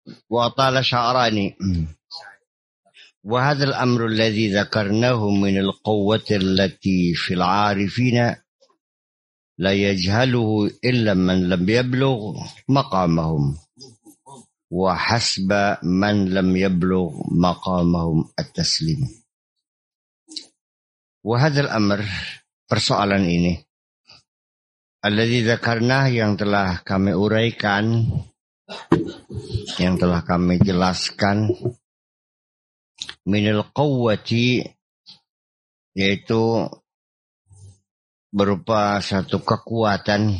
وأطال شعراني. وهذا الأمر الذي ذكرناه من القوة التي في العارفين لا يجهله إلا من لم يبلغ مقامهم وحسب من لم يبلغ مقامهم التسليم. وهذا الأمر, persoalan ini, alladzi dzakarnah, yang telah kami uraikan, yang telah kami jelaskan, minal quwwati, yaitu berupa satu kekuatan,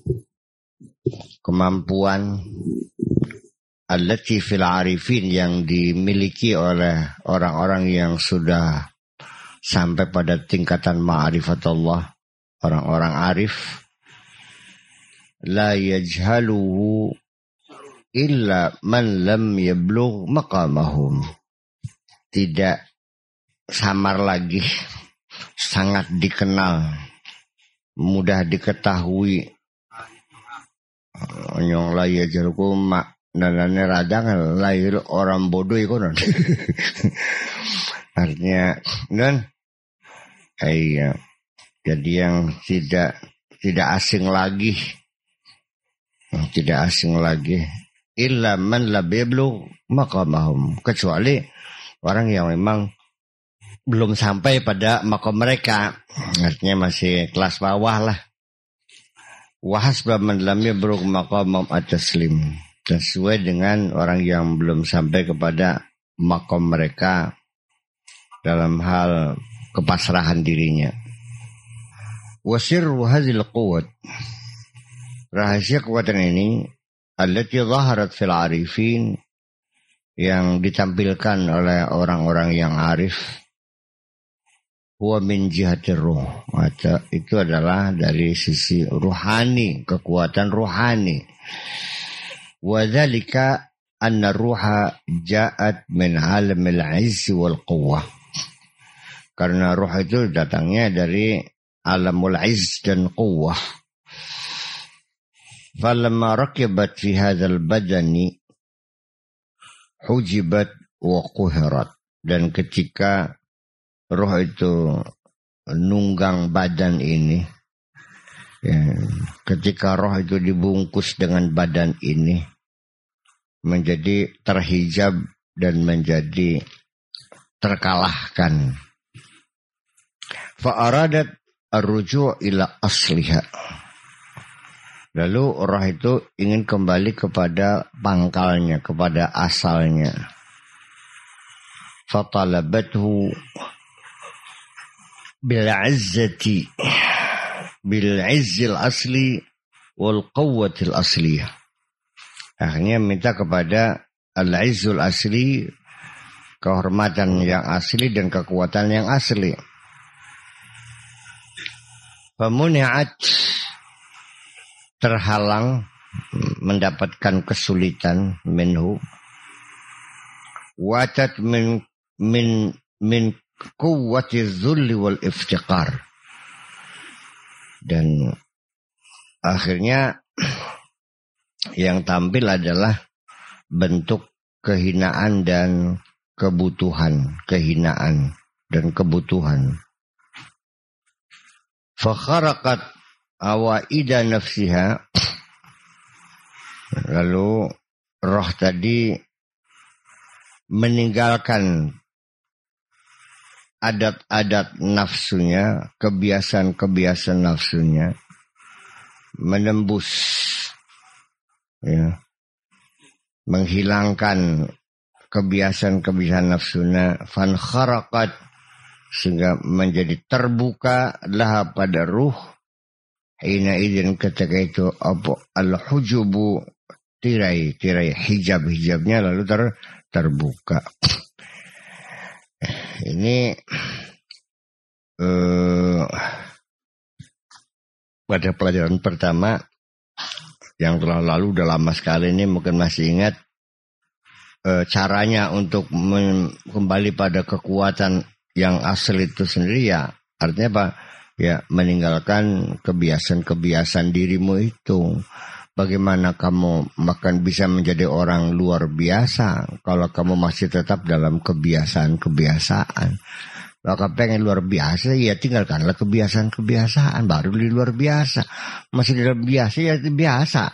kemampuan, allati fil arifin, yang dimiliki oleh orang-orang yang sudah sampai pada tingkatan ma'rifatullah, orang-orang arif. La yajhaluhu illa man lam yablugh maqamahum. Tidak samar lagi, sangat dikenal, mudah diketahui. Yang la yajhaluhu maknanya radang lahir orang bodoh itu. Artinya dan iya, jadi yang tidak asing lagi, illa man lam yablugh maqamahum, kecuali orang yang memang belum sampai pada makom mereka, artinya masih kelas bawah lah. Wa hasba man lam yablugh maqamahum at-taslim, sesuai dengan orang yang belum sampai kepada makom mereka dalam hal kepasrahan dirinya. Wa sirru hadhil quwwat, rahasia kekuatan ini, allati zaharat fil arifin, yang ditampilkan oleh orang-orang yang arif, huwa min jihatir ruh, itu adalah dari sisi ruhani, kekuatan ruhani. Wa dzalika anna ruha ja'at min alamil izz wal quwwah, karena ruh itu datangnya dari alamul izz dan quwwah. Falamma rakibat fi hadzal badani hujibat wa quhirat, dan ketika roh itu nunggang badan ini, ya, ketika roh itu dibungkus dengan badan ini, menjadi terhijab dan menjadi terkalahkan. Fa'aradat ar-ruju' ila asliha, lalu roh itu ingin kembali kepada pangkalnya, kepada asalnya. Fatalabathu bil'izzati, bil'izzil asli wal quwwatil asliyah. Akhirnya minta kepada al-izzul asli, kehormatan yang asli dan kekuatan yang asli. Famuni'at, terhalang, mendapatkan kesulitan, minhu, watat min quwwati dzulli wal iftiqar, dan akhirnya yang tampil adalah bentuk kehinaan dan kebutuhan, kehinaan dan kebutuhan. Fakharaqat awaida nafsiha, lalu roh tadi meninggalkan adat-adat nafsunya, kebiasaan-kebiasaan nafsunya, menembus, ya, menghilangkan kebiasaan-kebiasaan nafsunya, fankharaqat, sehingga menjadi terbuka lah pada ruh. Ina izin ketika itu apa al-hujubu, tirai hijabnya lalu terbuka. Ini pada pelajaran pertama yang telah lalu, udah lama sekali ini, mungkin masih ingat caranya untuk kembali pada kekuatan yang asli itu sendiri, ya artinya apa? Ya meninggalkan kebiasaan-kebiasaan dirimu itu, Bagaimana kamu bahkan bisa menjadi orang luar biasa kalau kamu masih tetap dalam kebiasaan-kebiasaan. Maka pengen luar biasa, ya tinggalkanlah kebiasaan-kebiasaan, baru di luar biasa. Masih di luar biasa, ya biasa.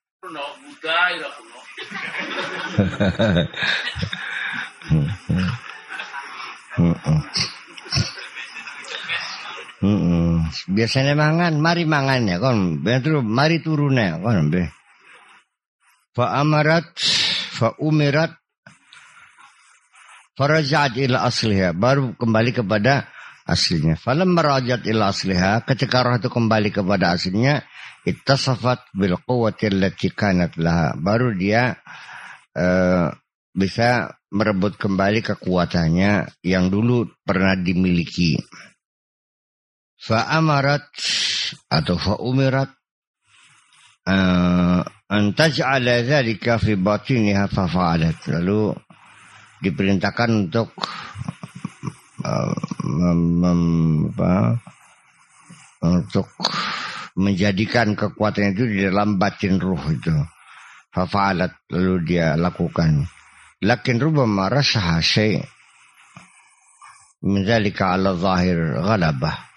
Biasanya mari mangan ya kon, mari turun ya kon be. Fa umirat farajat ila asliha, baru kembali kepada aslinya. Falam marajat ila asliha, ketika roh itu kembali kepada aslinya, ittasafat bil quwwati allati kanat laha, baru dia bisa merebut kembali kekuatannya yang dulu pernah dimiliki. Fa'amarat atau fa'umirat an taj'ala dzalika fi batiniha fafa'alat. Lalu diperintahkan untuk untuk menjadikan kekuatan itu di dalam batin ruh itu. Fafa'alat, lalu dia lakukan. Lakin rubbama rasaha syai' min dzalika 'ala zahir ghalabah.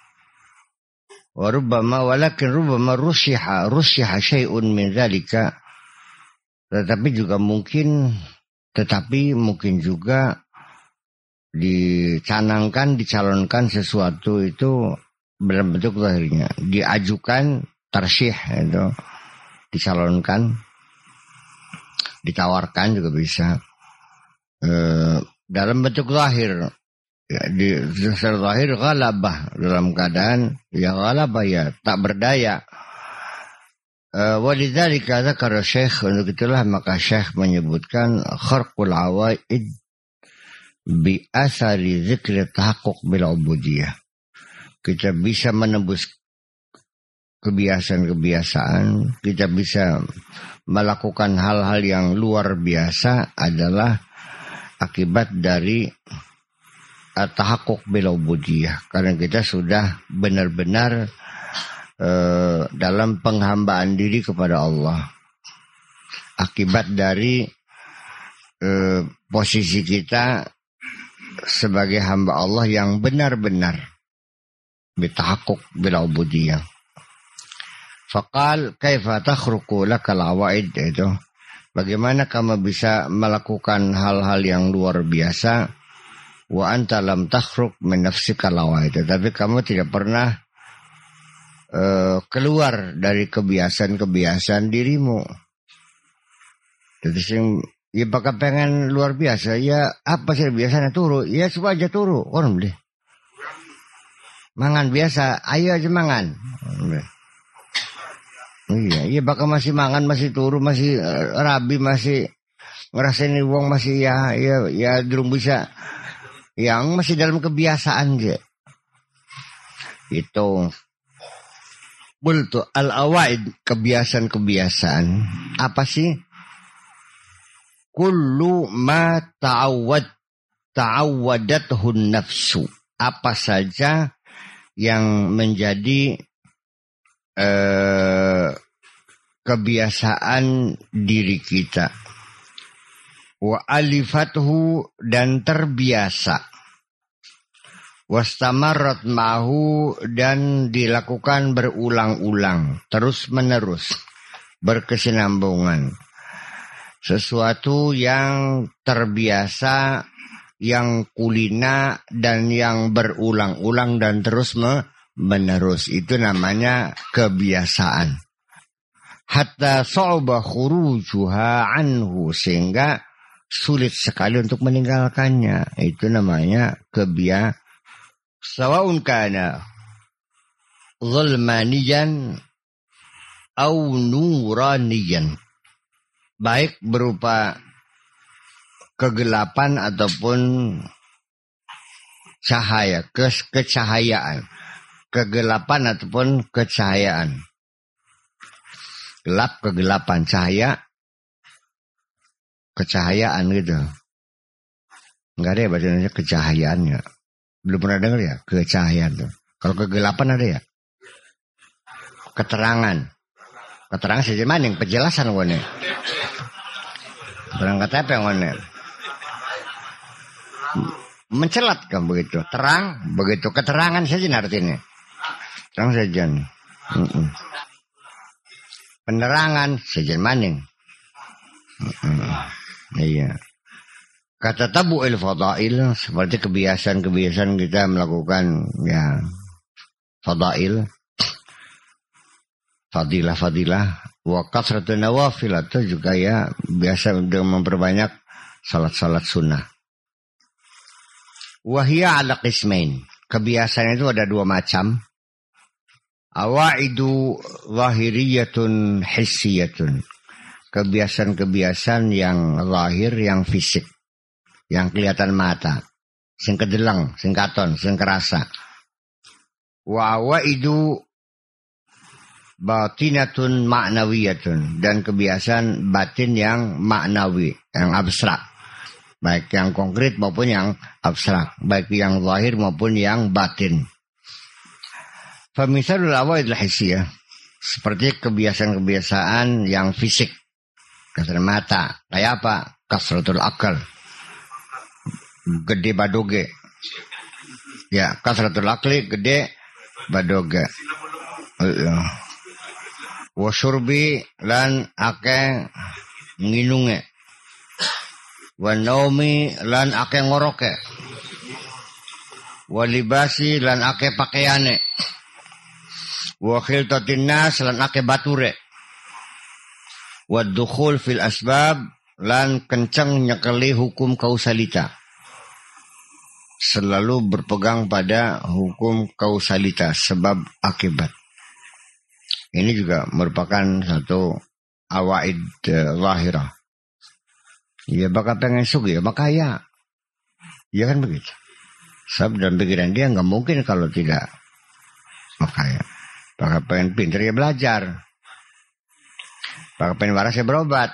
Walakin rubbama rusiha syai'un min dzalika, tetapi mungkin juga dicalonkan sesuatu itu dalam bentuk zahirnya, diajukan tarsyih itu, dicalonkan, ditawarkan juga bisa dalam bentuk zahir. Ya, di secara zahir ghalabah, dalam keadaan ya ghalabah, ya tak berdaya. Walidzalika dzakara Syekh, untuk itulah maka Syekh menyebutkan kharqul awaid bi asari dzikri tahaqquq bil ubudiyah. Kita bisa menembus kebiasaan-kebiasaan, kita bisa melakukan hal-hal yang luar biasa adalah akibat dari tahaqquq bil ubudiyah, karena kita sudah benar-benar dalam penghambaan diri kepada Allah. Akibat dari posisi kita sebagai hamba Allah yang benar-benar bitahaqquq bil ubudiyah. Faqal kaifa takhruqu lakal awaid, itu bagaimana kamu bisa melakukan hal-hal yang luar biasa wa anta lam takhruq min nafsika lawaid, tapi kamu tidak pernah keluar dari kebiasaan-kebiasaan dirimu. Jadi ya bakal pengen luar biasa, ya apa sih biasanya turu, ya coba aja turu, orang deh. Mangan biasa, ayo aja mangan. Iya bakal masih mangan, masih turu, masih rabi, masih ngerasain uang, masih ya belum bisa. Yang masih dalam kebiasaan aja. Itu bultu al-awaid, kebiasaan-kebiasaan. Apa sih? Kullu ma ta'awwadathun nafsu. Apa saja yang menjadi kebiasaan diri kita. Wa alifathu, dan terbiasa. Wastamarrat ma'hu, dan dilakukan berulang-ulang, terus-menerus, berkesinambungan. Sesuatu yang terbiasa, yang kulina, dan yang berulang-ulang dan terus-menerus, itu namanya kebiasaan. Hatta sa'ba khurujuha anhu, sehingga sulit sekali untuk meninggalkannya. Itu namanya kebiasaan. Sawaun kana zulmaniyan au nuraniyan, baik berupa kegelapan ataupun cahaya, kecahayaan, kegelapan ataupun kecahayaan. Gelap, kegelapan, cahaya, kecahayaan gitu. Enggak ada ya bahasa Indonesia kecahayaannya. Belum pernah dengar ya kecahayaan tuh. Kalau kegelapan ada ya? Keterangan. Keterangan saja maning penjelasan ngene. Terang kata apa ngene? Mencelat kan begitu. Terang begitu keterangan saja artinya. Terang saja. Penerangan saja maning. Iya. Kata tabu'il fadail seperti kebiasaan-kebiasaan kita melakukan ya fadail, fadilah-fadilah, wa kasratun nawafil atau juga ya biasa dengan memperbanyak salat-salat sunnah. Wahia ala qismain. Kebiasaan itu ada dua macam. Awaidu zahiriyatun hissiyatun. Kebiasaan-kebiasaan yang lahir, yang fisik. Yang kelihatan mata, sing kedeleng, sing katon, sing kerasa. Wa awaidu batinatun ma'nawiyatun, dan kebiasaan batin yang maknawi, yang abstrak. Baik yang konkret maupun yang abstrak, baik yang zahir maupun yang batin. Famisalul awaidul hissiyah, seperti kebiasaan-kebiasaan yang fisik, kasar mata, kayak apa? Kasratul akal. Gede badoge. Ya, kasratul akli gede badoge. Wa syurbi lan ake nginunge. Wa naumi lan ake ngoroke. Wa libasi lan ake pakaiane. Wa khiltatin nas lan ake bature. Wa dukhul fil asbab lan kenceng nyekeli hukum kausalita. Selalu berpegang pada hukum kausalitas, sebab akibat. Ini juga merupakan satu awaid lahirah. Ya bakal pengen sugih, maka ya. Ya kan begitu. Sebab dalam pikiran dia nggak mungkin kalau tidak makaya. Bakal pengen pintar ya belajar. Bakal pengen waras ya berobat.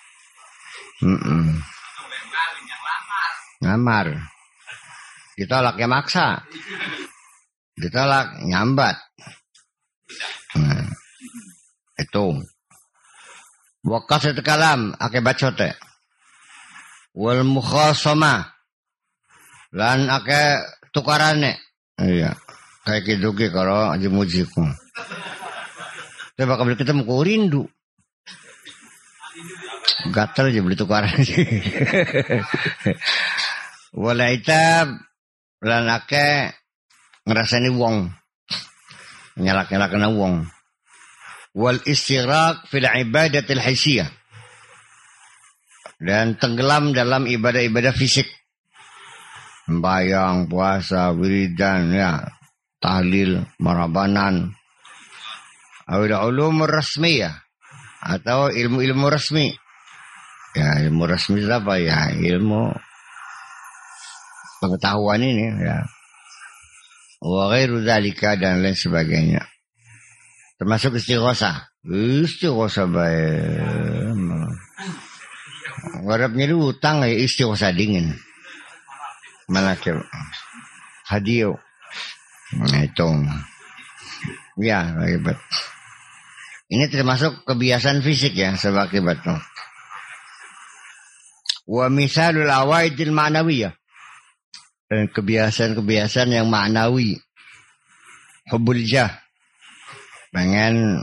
Ngamar. Ditolak ya maksa. Ditolak nyambat. Nah, itu. Waqasatul kalam akibat cote. Wal mukhasama lan ake tukarane. Iya. Kayak gitu ke kalau aja mujiku. Saya bakal beli ketemu ku rindu. Gatel aja beli tukaran. Wala itab lan ake ngerasani wong. Nyalak-nyalak kena wong. Wal istighraq fil ibadatil hissiyah. Dan tenggelam dalam ibadah-ibadah fisik. Sembahyang, puasa, wiridan, ya, tahlil, marabanan. Awil ulumur rasmiyah atau ilmu-ilmu resmi. Ya, ilmu resmi itu apa ya? Ilmu pengetahuan ini ya. Wa ghairu dzalika dan lain sebagainya. Termasuk istighosah. Istighosah bae. Warapnya itu utang ya istighosah dingin. Malakir hadio. Nah itu. Ya, akibat. Ini termasuk kebiasaan fisik ya sebagai akibat. Wa misalul awaidil ma'nawiyah. Dan kebiasaan-kebiasaan yang maknawi. Hubbul jah. Pengen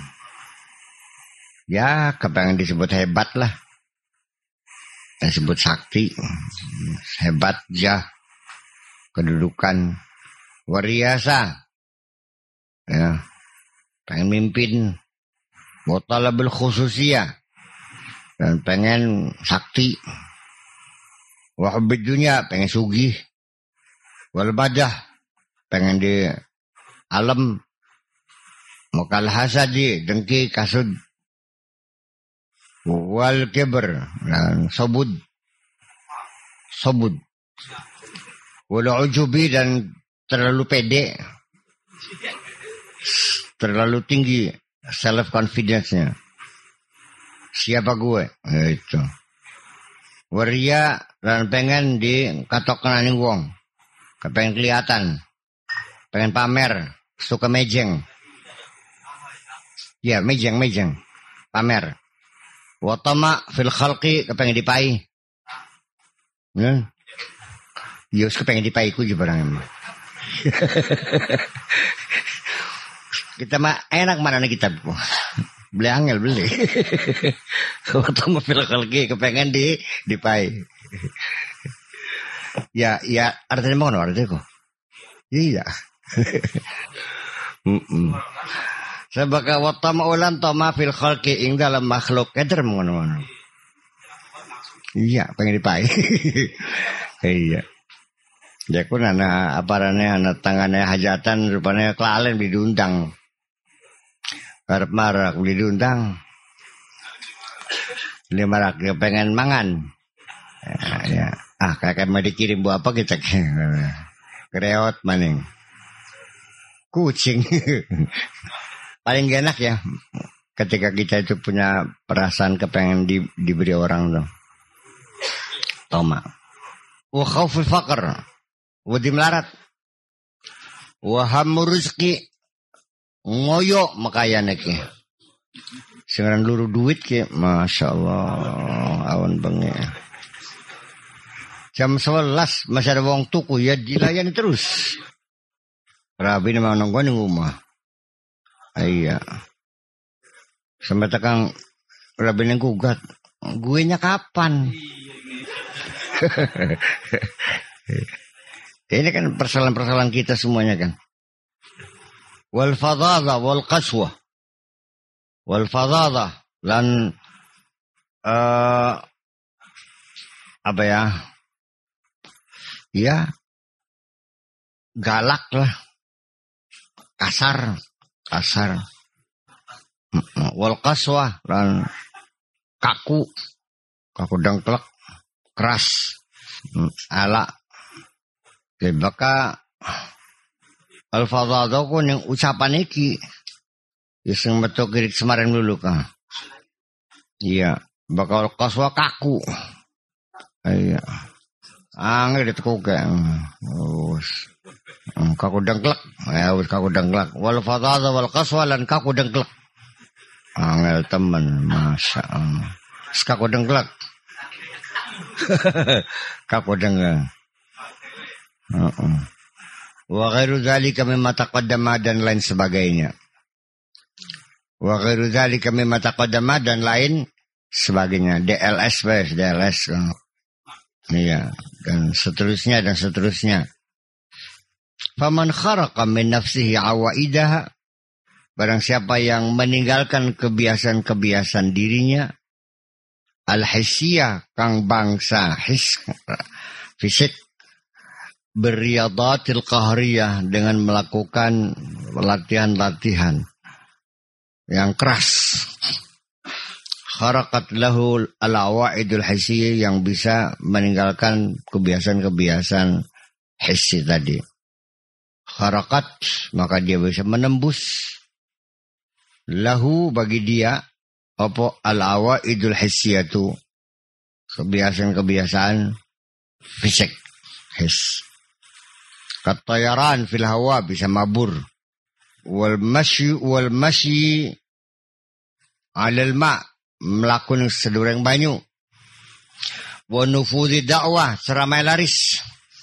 ya kepengen disebut hebat lah. Disebut sakti. Hebat jah. Kedudukan. Wariasa. Ya. Pengen mimpin. Watalabul khususiyah. Dan pengen sakti. Wahubbid dunia. Pengen sugih. Wal badah. Pengen di alam. Mokal hasadi. Dengki kasud. Wal kibr. Dan sobud. Sobud. Wal ujubi dan terlalu pede. Terlalu tinggi self confidence-nya. Siapa gue? Itu. Waria dan pengen dikatokkan wong. Pengen kelihatan. Pengen pamer. Suka mejeng. Ya, mejeng. Pamer. Wa tama fil khalqi kepengen dipai. Yus kepengen dipai ku juga barang. Kita mah enak mana nih kitab. Beli angel beli. Wa tama fil khalqi kepengen dipai. Ya artinya mau artinya kok. Iya. Sebagai watama ulan toma fil khalqi ing dalam makhluk keder ngono. Iya, pengen dipai. Iya. Ya kun ana aparane ana tangane hajatan rupane kelalen diundang. Arep marak diundang. Dia marak dia pengen mangan. Ya. Kakek mau dikirim buat apa kita? Kreot maning. Kucing. Paling gak enak ya ketika kita itu punya perasaan kepengen diberi orang tuh. Toma. Wa khauful faqr. Wa dimlarat. Wa hammur rizki. Ngoyo makayane ki. Sing luru duit ki, masyaallah awan bengi. Jam 11 masih ada wong tuku ya dilayani terus. Rabi memang nongkrong di rumah. Iya. Sampai tekan Rabi yang gugat. Gue nya kapan? Ini kan persoalan-persoalan kita semuanya kan. Wal fadhadha wal qaswa. Wal fadhadha lan apa ya? Ya galak lah. Kasar. Wal qaswa lan kaku dengklek keras ala baka al fadhadha ku ning ucapan iki sing metu kirik semaren dulu kan. Iya, bakal qaswa kaku. Iya. Angel diteku kan. Wes. Kaku dengklek. Ya wis kaku dengklek. Wal fadhadha wal qaswa lan kaku dengklek. Angel temen, masyaallah. Kaku dengklek. Kaku dengklek. Wa ghairu dzalika mimma taqaddama dan lain sebagainya. Wa ghairu dzalika mimma taqaddama dan lain sebagainya. DLS. Iya, dan seterusnya. Faman kharaqa min nafsihi awaidaha, barang siapa yang meninggalkan kebiasaan-kebiasaan dirinya, al-hissiyah kang bangsa fisik, berriyadatil qahriyah dengan melakukan latihan-latihan yang keras. Kharaqat lahu al-awaidul hissiyah yang bisa meninggalkan kebiasaan-kebiasaan hissi tadi. Kharaqat maka dia bisa menembus lahu bagi dia apa al-awaidul hissiyah itu kebiasaan-kebiasaan fisik his. Katayaran fil hawa bisa mabur. Wal masyi 'alal ma' melakukan sedureng banyu. Wa nufudhi dakwah seramai laris.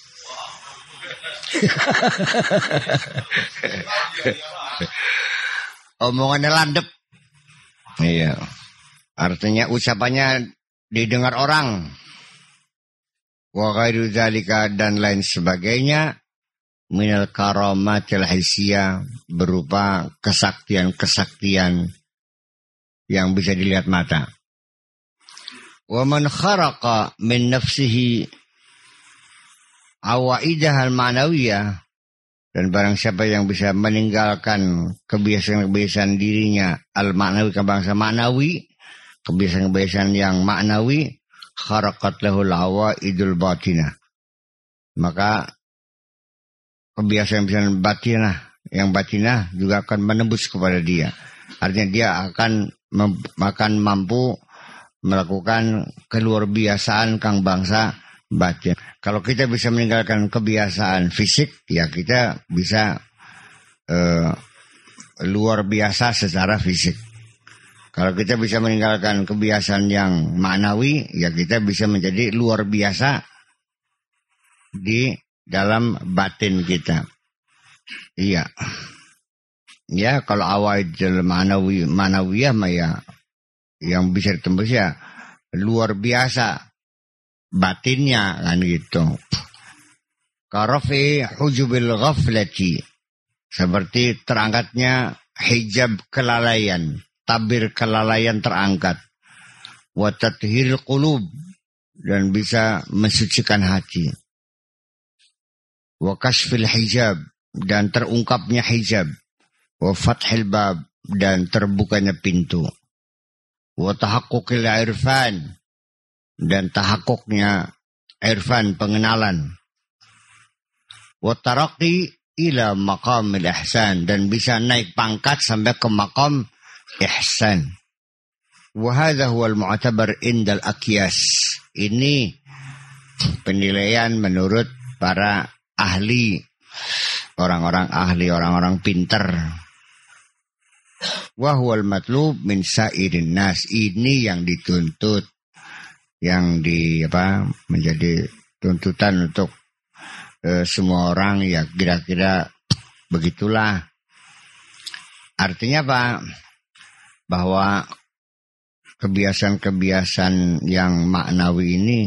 Omongannya landep. Iya. Artinya ucapannya didengar orang. Wa ghairu dzalika dan lain sebagainya minal karamatil hissiyah berupa kesaktian-kesaktian yang bisa dilihat mata. Wa man kharaqa min nafsihi awaidah al-ma'nawiyah dan barang siapa yang bisa meninggalkan kebiasaan-kebiasaan dirinya al-ma'nawi bangsa ma'nawi, kebiasaan-kebiasaan yang ma'nawi, kharaqat lahul awaidul batinah. Maka kebiasaan-kebiasaan batinah juga akan menembus kepada dia. Artinya dia akan mampu melakukan keluar biasaan kang bangsa batin. Kalau kita bisa meninggalkan kebiasaan fisik, ya kita bisa luar biasa secara fisik. Kalau kita bisa meninggalkan kebiasaan yang maknawi, ya kita bisa menjadi luar biasa di dalam batin kita. Iya. Ya, kalau awaid manawiyah mah ya yang bisa ditembus ya luar biasa batinnya kan gitu. Karafi hujubil ghaflati, seperti terangkatnya hijab kelalaian, tabir kelalaian terangkat. Wa tathhiril qulub, dan bisa mensucikan hati. Wa kashfil hijab, dan terungkapnya hijab. Wa fathil bab, dan terbukanya pintu. Wa tahaqquqil irfan, dan tahakkuknya irfan, pengenalan. Wa taraqi ila maqamil ihsan, dan bisa naik pangkat sampai ke maqam ihsan. Wa hadha huwal mu'tabar indal aqyas. Ini penilaian menurut para ahli, orang-orang ahli, orang-orang pinter. Wa huwal matlub min sa'irin nas. Ini yang dituntut, yang menjadi tuntutan untuk semua orang, ya kira-kira begitulah. Artinya apa? Bahwa kebiasaan-kebiasaan yang maknawi ini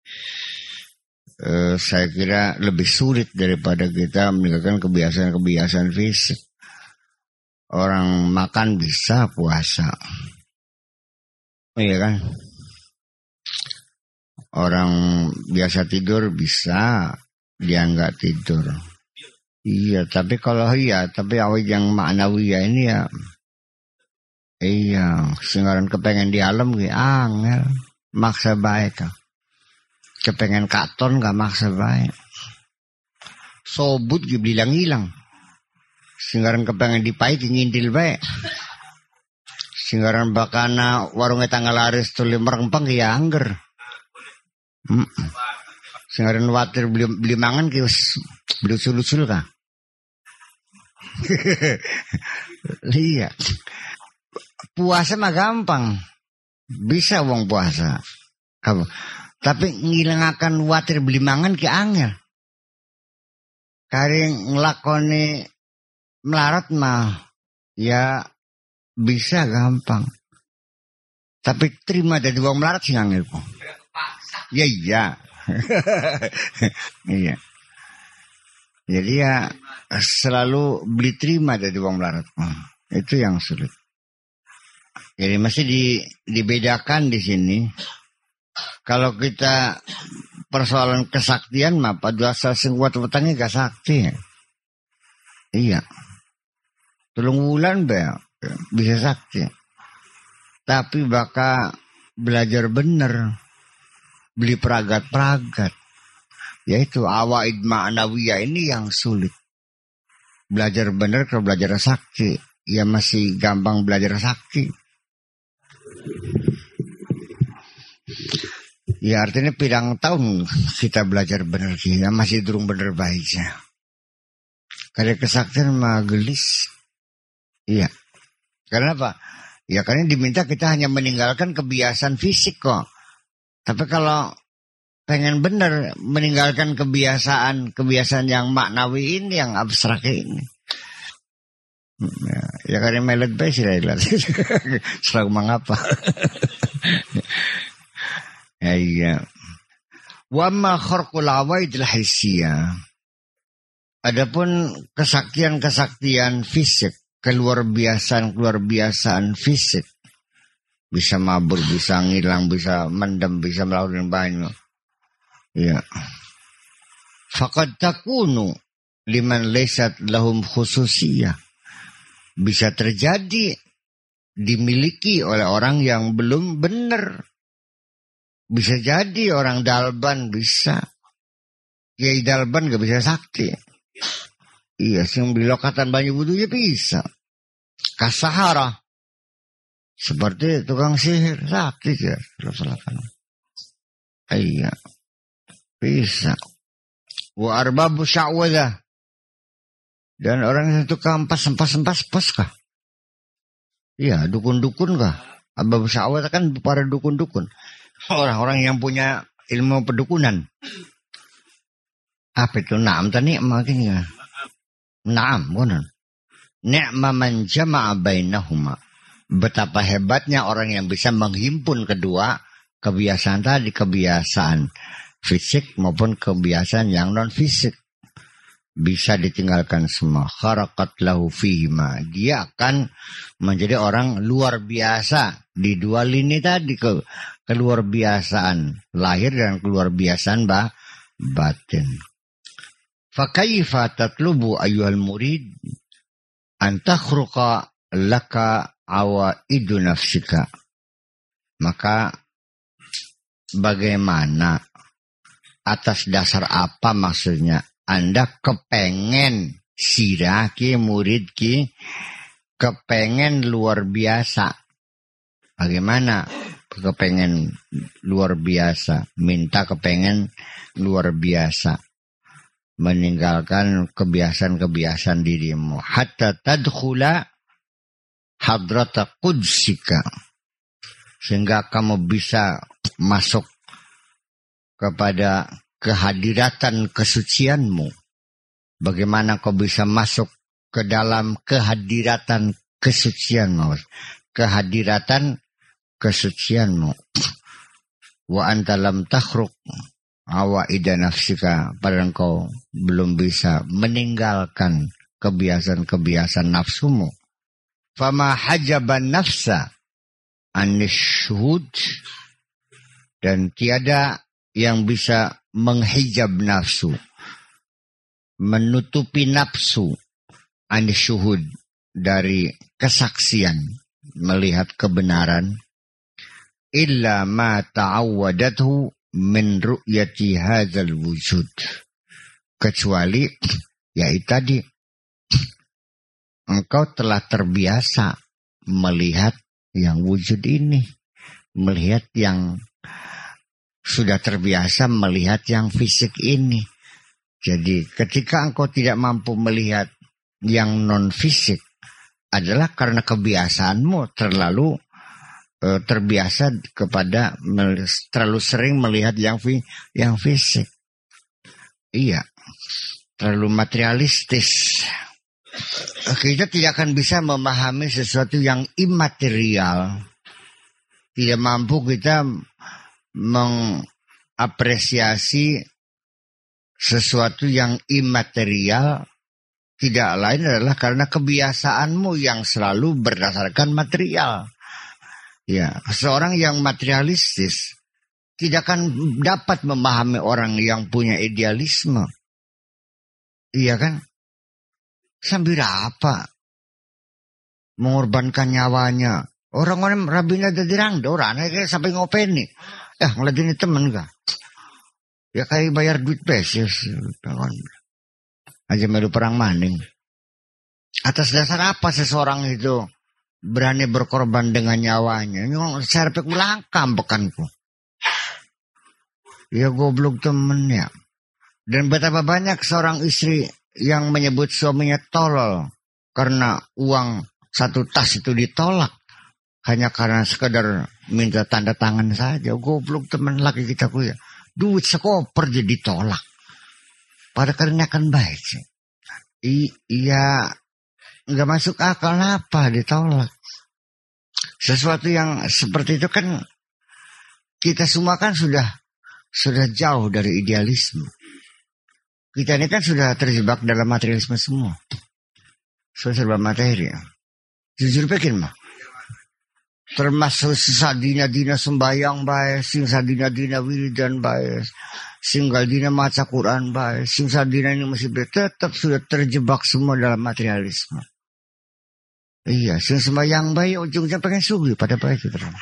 saya kira lebih sulit daripada kita meninggalkan kebiasaan-kebiasaan fisik. Orang makan bisa puasa, iya kan? Orang biasa tidur bisa, dia nggak tidur. Iya, tapi awal yang maknawi ya ini ya, iya, singgaran kepengen di alam gitu, angel, maksa baik kan. Kepengen katon gak maksa baik. Sobut gitu hilang-hilang. Singgaran kepengen dipahit ngintil baik. Singgaran bakana warungnya tanggal laris tuli merempang ya angger. Singgaran watir beli mangan ki beli usul-usul kah? Iya. Puasa mah gampang. Bisa wong puasa. Kamu. Tapi ngilangaken watir beli mangan ki angel. Kari nglakoni melarat mah ya bisa gampang. Tapi terima dari wong melarat sing angel kok. Ya iya. Iya. Jadi ya selalu beli terima dari wong melarat. Itu yang sulit. Jadi masih dibedakan di sini. Kalau kita persoalan kesaktian mah pada asal sing kuat wetenge gak sakti. Iya. Tulung wulan bisa sakti. Tapi bakal belajar bener. Beli peragat-peragat. Yaitu awaid ma'nawiyah ini yang sulit. Belajar bener kalau belajar sakti. Ya masih gampang belajar sakti. Ya artinya pirang tahun kita belajar bener ya masih durung bener baik ya. Karena kesaktian mah gelis. Iya. Karena apa? Ya karena diminta kita hanya meninggalkan kebiasaan fisik kok. Tapi kalau pengen bener meninggalkan kebiasaan yang maknawi ini, yang abstrak ini. Ya karena melet baik sih lah. Serang mengapa? Ya, iya. Wa ma kharqul awaidil hissiyah. Adapun kesaktian fisik, keluar biasaan fisik. Bisa mabur, bisa ngilang, bisa mendem, bisa melakukan banyak. Ya. Faqad takunu liman laysat lahum khususiyah. Bisa terjadi dimiliki oleh orang yang belum benar. Bisa jadi orang dalban bisa. Kiai dalban gak bisa sakti. Iya, sing beli lokatan banyu wudunya bisa. Kasahara. Seperti tukang sihir sakti ya. Iya. Bisa. Wa arbabu sya'wadah. Dan orang yang tukang empas kah? Iya, dukun-dukun kah? Abu Sa'wat kan para dukun-dukun. Orang-orang yang punya ilmu pedukunan. Apa itu? Naam tadi makanya. Naam, benar. Ni'ma man jama'a bainahuma. Betapa hebatnya orang yang bisa menghimpun kedua kebiasaan tadi, kebiasaan fisik maupun kebiasaan yang non fisik. Bisa ditinggalkan semua. Kharakat lahu fihima. Dia akan menjadi orang luar biasa di dua lini tadi, keluar biasaan lahir dan keluar biasaan batin. Fakaifa tatlubu ayyuhal murid an takhruqa laka awaidu nafsika. Maka bagaimana, atas dasar apa maksudnya Anda kepengen siraki murid ki kepengen luar biasa? Bagaimana kepengen luar biasa? Minta kepengen luar biasa, meninggalkan kebiasaan-kebiasaan dirimu. Hatta tadkhula hadrata qudsika, sehingga kamu bisa masuk kepada kehadiratan kesucianmu. Bagaimana kau bisa masuk ke dalam kehadiratan kesucianmu? Kehadiratan kesucianmu. Wa anta lam takhruq awaida nafsika, padahal engkau belum bisa meninggalkan kebiasaan-kebiasaan nafsumu. Fama hajaban nafsa anishuhud, dan tiada yang bisa menghijab nafsu, menutupi nafsu anishuhud, dari kesaksian melihat kebenaran, illa ma ta'awwadathu min ru'yati hadzal wujud, kecuali yaitu tadi engkau telah terbiasa melihat yang wujud ini, melihat yang sudah terbiasa melihat yang fisik ini. Jadi ketika engkau tidak mampu melihat yang non fisik adalah karena kebiasaanmu terlalu terbiasa kepada terlalu sering melihat yang fisik. Iya, terlalu materialistis. Kita tidak akan bisa memahami sesuatu yang imaterial. Tidak mampu kita mengapresiasi sesuatu yang imaterial, tidak lain adalah karena kebiasaanmu yang selalu berdasarkan material. Ya, seorang yang materialistis tidak akan dapat memahami orang yang punya idealisme. Iya kan? Sambil apa? Mengorbankan nyawanya. Orang-orang rabina jadi rangdoran, kayak sampai ngopeni. Ngeliatin temen gak? Ya kayak bayar duit pesis. Aja melu perang maning. Atas dasar apa seseorang itu berani berkorban dengan nyawanya? Nyong serpek ulangkam bekanku. Ya goblok temennya. Dan betapa banyak seorang istri yang menyebut suaminya tolol karena uang satu tas itu ditolak hanya karena sekedar minta tanda tangan saja. Goblok teman laki kita ku ya. Duit sekoper jadi ditolak. Pada karena kan baik sih. Iya, nggak masuk akal apa ditolak. Sesuatu yang seperti itu kan kita semua kan sudah jauh dari idealisme. Kita ini kan sudah terjebak dalam materialisme semua. Sudah serba materi. Jujur bikin mah. Termasuk sadina-dina sembayang bae, sing sadina-dina wiridan bae, singgal dina maca Quran bae, sing sadina ini masih tetap sudah terjebak semua dalam materialisme. Iya, sing sembayang bae ujungnya pengen sugih pada bae itu terang.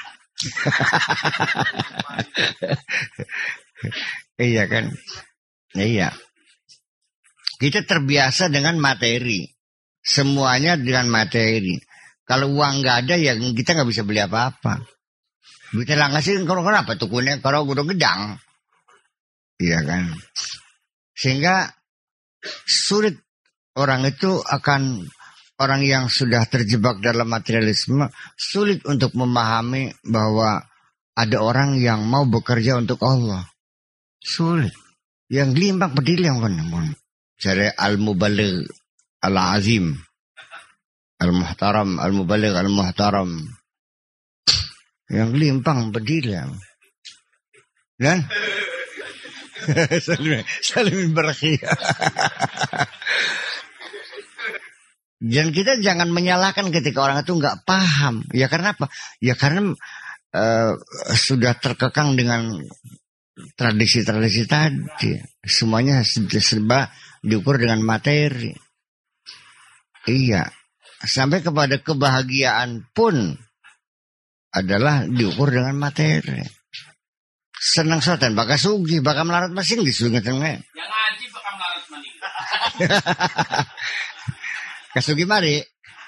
Iya kan? Iya. Kita terbiasa dengan materi. Semuanya dengan materi. Kalau uang nggak ada ya kita nggak bisa beli apa-apa. Duitnya lah ngasih kalau apa tukunya kalau gudang gedang. Iya kan. Sehingga sulit orang itu akan orang yang sudah terjebak dalam materialisme sulit untuk memahami bahwa ada orang yang mau bekerja untuk Allah. Sulit. Yang gelimbang pedih yang kan. Cari al-mubaligh al-azim. Al-muhtaram, al-mubaligh al-muhtaram. Yang gelimbang pedih yang. Dan saling berkhia. Dan kita jangan menyalahkan ketika orang itu nggak paham. Ya karena apa? Ya karena sudah terkekang dengan tradisi-tradisi tadi. Semuanya serba diukur dengan materi. Iya. Sampai kepada kebahagiaan pun adalah diukur dengan materi. Senang sotan, bakal sugi, bakal melarat masing disungai tengah. Yang ngaji bakal melarat maning. Kasugi mari.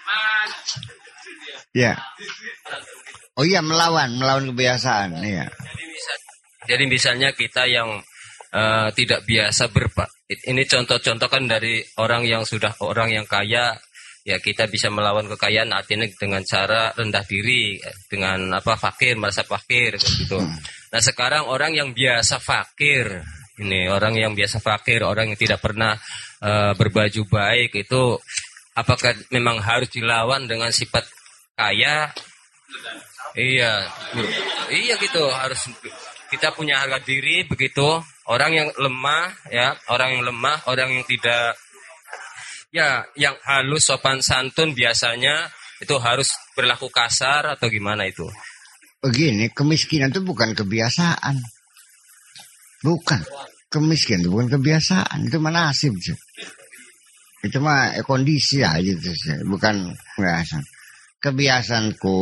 Ya. Oh iya, melawan kebiasaan. Iya. Jadi misalnya kita yang tidak biasa ini contoh-contoh kan dari orang yang kaya, ya kita bisa melawan kekayaan artinya dengan cara rendah diri, dengan fakir, merasa fakir gitu. Nah sekarang orang yang biasa fakir, orang yang tidak pernah berbaju baik itu, apakah memang harus dilawan dengan sifat kaya? Iya gitu, harus kita punya harga diri begitu. Orang yang lemah, orang yang tidak, yang halus, sopan santun biasanya itu harus berlaku kasar atau gimana itu? Begini, kemiskinan itu bukan kebiasaan. Bukan. Kemiskinan itu bukan kebiasaan. Itu mah nasib. Itu mah kondisi aja. Bukan kebiasaan. Kebiasaanku.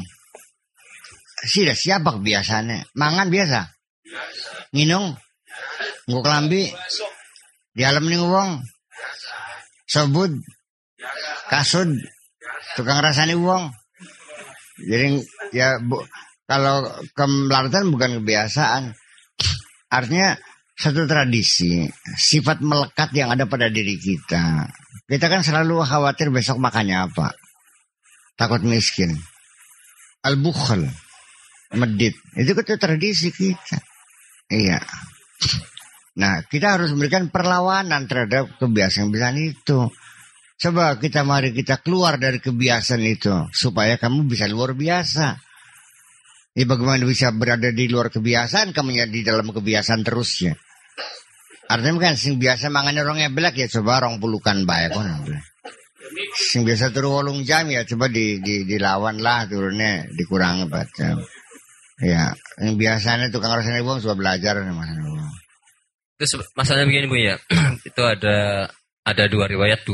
Siapa kebiasaannya? Mangan biasa? Nginung? Nguk lambi? Di alam ning wong? Sobud? Kasud? Tukang rasani wong? Jadi ya kalau kemelaratan bukan kebiasaan. Artinya satu tradisi, sifat melekat yang ada pada diri kita. Kita kan selalu khawatir besok makannya apa. Takut miskin. Al-bukhl, medit. Itu kan tradisi kita. Iya. Nah, kita harus memberikan perlawanan terhadap kebiasaan-kebiasaan itu. Coba mari kita keluar dari kebiasaan itu supaya kamu bisa luar biasa. Ya bagaimana bisa berada di luar kebiasaan, kamu ya di dalam kebiasaan terusnya. Artinya kan sing biasa mangan orang ngeblek ya coba orang pulukan baik kan. Sing biasa turu 8 jam ya coba dilawan lah turunnya dikurangi baca. Ya, yang biasanya tukang rasanya wong coba belajar Mas. Terus masalahnya begini Bu ya. Itu ada dua riwayat.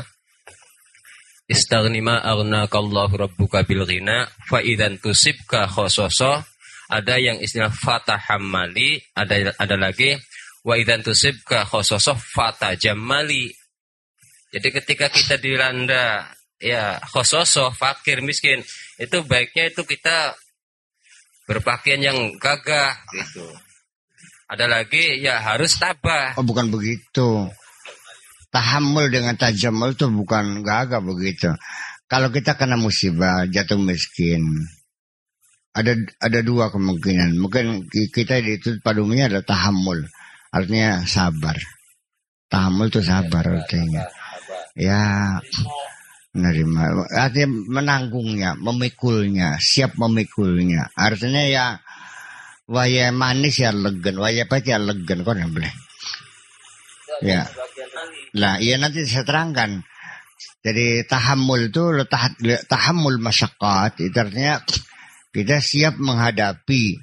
Istaghnima aghnaqallahu rabbuka bil ghina fa idzan tusibka khososo. Ada yang istilah fatahammali, ada lagi wa idzan tusibka khososo fatajammali. Jadi ketika kita dilanda khososo, fakir, miskin, itu baiknya itu kita berpakaian yang gagah gitu. Ada lagi harus tabah. Oh, bukan begitu. Tahammul dengan tajamul itu bukan gagah begitu. Kalau kita kena musibah, jatuh miskin, ada dua kemungkinan. Mungkin kita itu pada umumnya adalah tahammul, artinya sabar. Tahammul itu sabar artinya. Ya, menerima, artinya menanggungnya, memikulnya, siap memikulnya. Artinya waya manis ya legen, waya pahit ya legen, kok boleh. Ya. Nah, nanti saya terangkan. Jadi tahammul itu tahammul masyaqqat, itu artinya kita siap menghadapi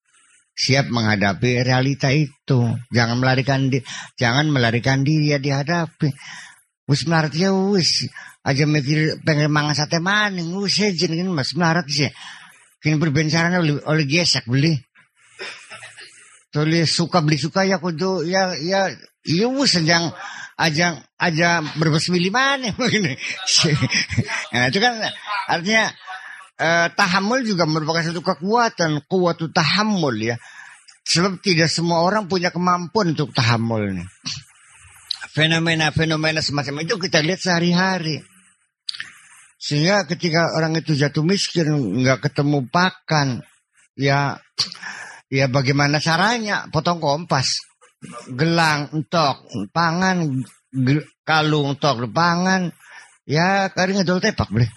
realita itu. Jangan melarikan diri ya dihadapi. Wis melarat ya wis aja mikir pengen mangan sate maning wis jenengan Mas melarat sih. Kini berbencaranya oleh gesek beli. Tulis beli suka ya kudu ya wis aja berbesmili mana begini. Nah, itu kan artinya tahammul juga merupakan satu kekuatan, kuwatu tahammul ya. Sebab tidak semua orang punya kemampuan untuk tahammul nih. Fenomena-fenomena semacam itu kita lihat sehari-hari. Sehingga ketika orang itu jatuh miskin, nggak ketemu pakan, ya bagaimana caranya? Potong kompas, gelang entok, pangan, kalung entok, pangan, ya kari ngedol tepak boleh.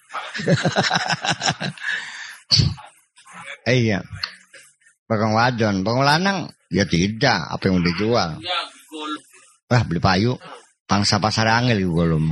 Iya, bakang wadon, bakang lanang, ya tidak, apa yang mau dijual? Beli payu, pangsa pasar angel gue loh.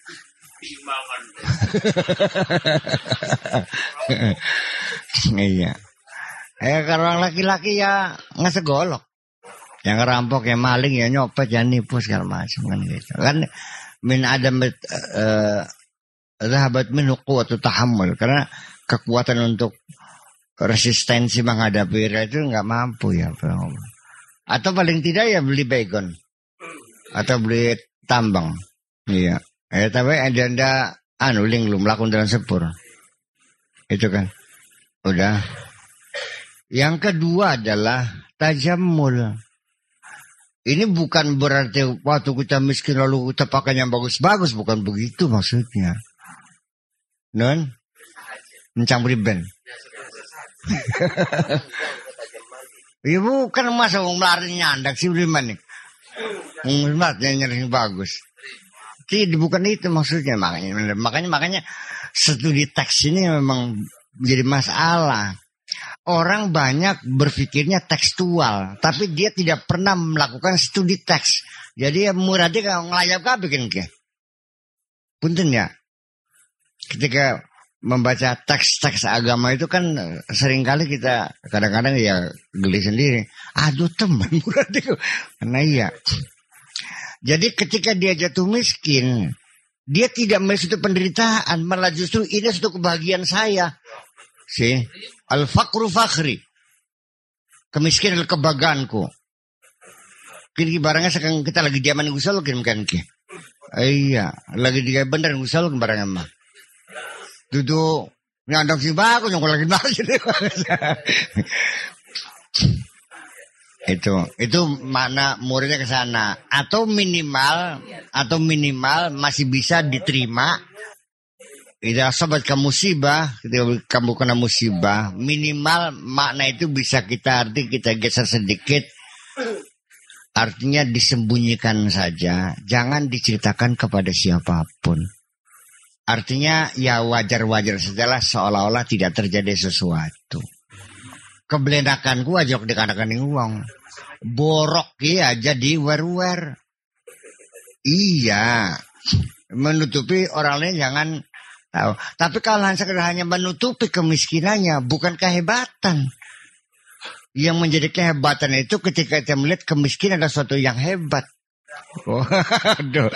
Iya. Kalau orang laki-laki ya ngesegolok. Yang ngerampok, yang maling, ya nyopet, ya nipu segala macam kan gitu. Kan min adam zahabat min quwwatu tahammul, karena kekuatan untuk resistensi menghadapi itu nggak mampu ya. Atau paling tidak ya beli baygon atau beli tambang. Iya. Tapi ada ling belum melakukan dalam sepur. Itu kan. Udah. Yang kedua adalah tajammul. Ini bukan berarti waktu kita miskin lalu kita pakai yang bagus-bagus, bukan begitu maksudnya. Non, mencampuri band. Iya bukan masa melari nyandak sih beriman nih. Nyari bagus. Tidak, bukan itu maksudnya. Makanya studi teks ini memang menjadi masalah. Orang banyak berpikirnya tekstual, tapi dia tidak pernah melakukan studi teks. Jadi muradnya kalau ngelayap bikin ke. Punten ya. Ketika membaca teks-teks agama itu kan seringkali kita kadang-kadang ya geli sendiri. Aduh teman muradnya. Karena iya. Jadi ketika dia jatuh miskin, dia tidak melihat itu penderitaan, malah justru ini suatu kebahagiaan saya. Si al-faqru fakhri. Kemiskinan adalah kebanggaanku. Kini barangnya sekarang kita lagi diaman gusol kan ki. Iya, lagi dia bener gusol barangnya mah. Duduk nyandang si bagus yang lagi bagus. Itu makna muridnya ke sana, atau minimal masih bisa diterima. Tidak sobat kamu musibah, ketika kamu kena musibah, minimal makna itu bisa kita geser sedikit. Artinya disembunyikan saja, jangan diceritakan kepada siapapun. Artinya ya wajar-wajar sajalah, seolah-olah tidak terjadi sesuatu. Kebelenakanku aja dikatakan uang. Borok ya jadi wer-wer. Iya. Menutupi orang lain jangan tahu. Tapi kalau hanya menutupi kemiskinannya, bukan kehebatan. Yang menjadi kehebatan itu ketika kita melihat kemiskinan adalah sesuatu yang hebat. Waduh.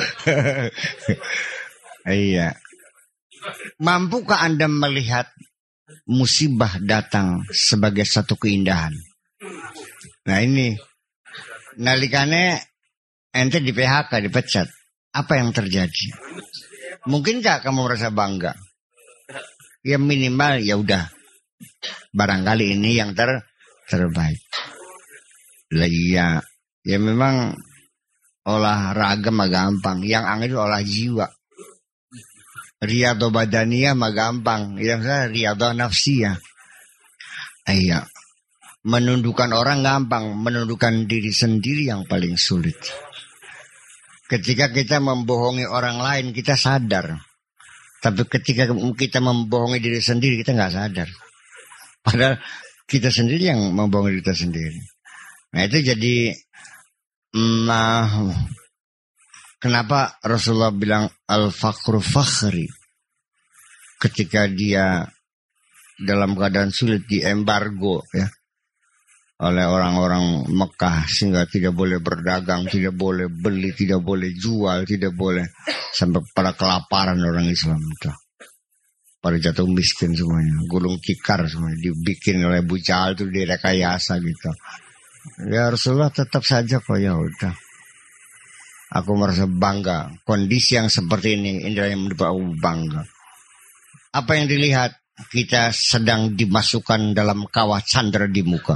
Iya. Mampukah Anda melihat musibah datang sebagai satu keindahan? Nah ini, nalikane ente di PHK, dipecat, apa yang terjadi? Mungkinkah kamu merasa bangga? Ya minimal ya udah, barangkali ini yang terbaik. Lagi ya memang olahraga mah gampang, yang angin itu olah jiwa. Riyadhah badaniyah mah gampang, yang saya riyadhah nafsiyah. Iya. Menundukkan orang gampang, menundukkan diri sendiri yang paling sulit. Ketika kita membohongi orang lain, kita sadar. Tapi ketika kita membohongi diri sendiri, kita nggak sadar. Padahal kita sendiri yang membohongi diri kita sendiri. Nah itu jadi, kenapa Rasulullah bilang al-faqru fakhri? Ketika dia dalam keadaan sulit diembargo ya oleh orang-orang Mekah, sehingga tidak boleh berdagang, tidak boleh beli, tidak boleh jual, tidak boleh, sampai pada kelaparan orang Islam itu. Pada jatuh miskin semuanya, gulung tikar semuanya dibikin oleh Abu Jahal itu direkayasa gitu. Ya Rasulullah tetap saja kok ya udah. Aku merasa bangga. Kondisi yang seperti ini yang membuat aku bangga. Apa yang dilihat? Kita sedang dimasukkan dalam kawah candra di muka.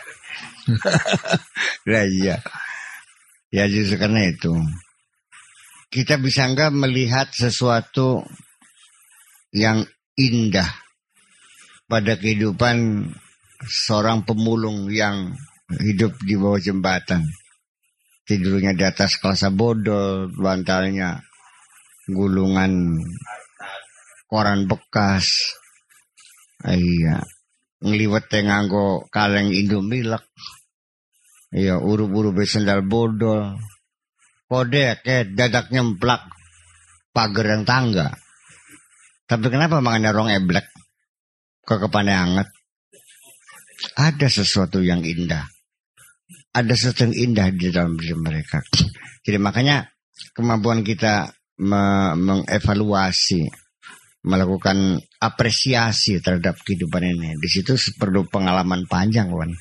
Lah iya. Ya justru karena itu. Kita bisa enggak melihat sesuatu yang indah pada kehidupan seorang pemulung yang hidup di bawah jembatan. Tidurnya di atas kelasa bodol, bantalnya gulungan koran bekas. Iya, ngliwete nganggo kaleng Indomilek. Iya, urup-urup sendal bodol. Kode kayak dadak nyemplak pagar yang tangga. Tapi kenapa makannya rong eblek? Kekepane anget. Ada sesuatu yang indah. Ada sesuatu yang indah di dalam diri mereka. Jadi makanya kemampuan kita mengevaluasi, melakukan apresiasi terhadap kehidupan ini. Di situ perlu pengalaman panjang, kawan.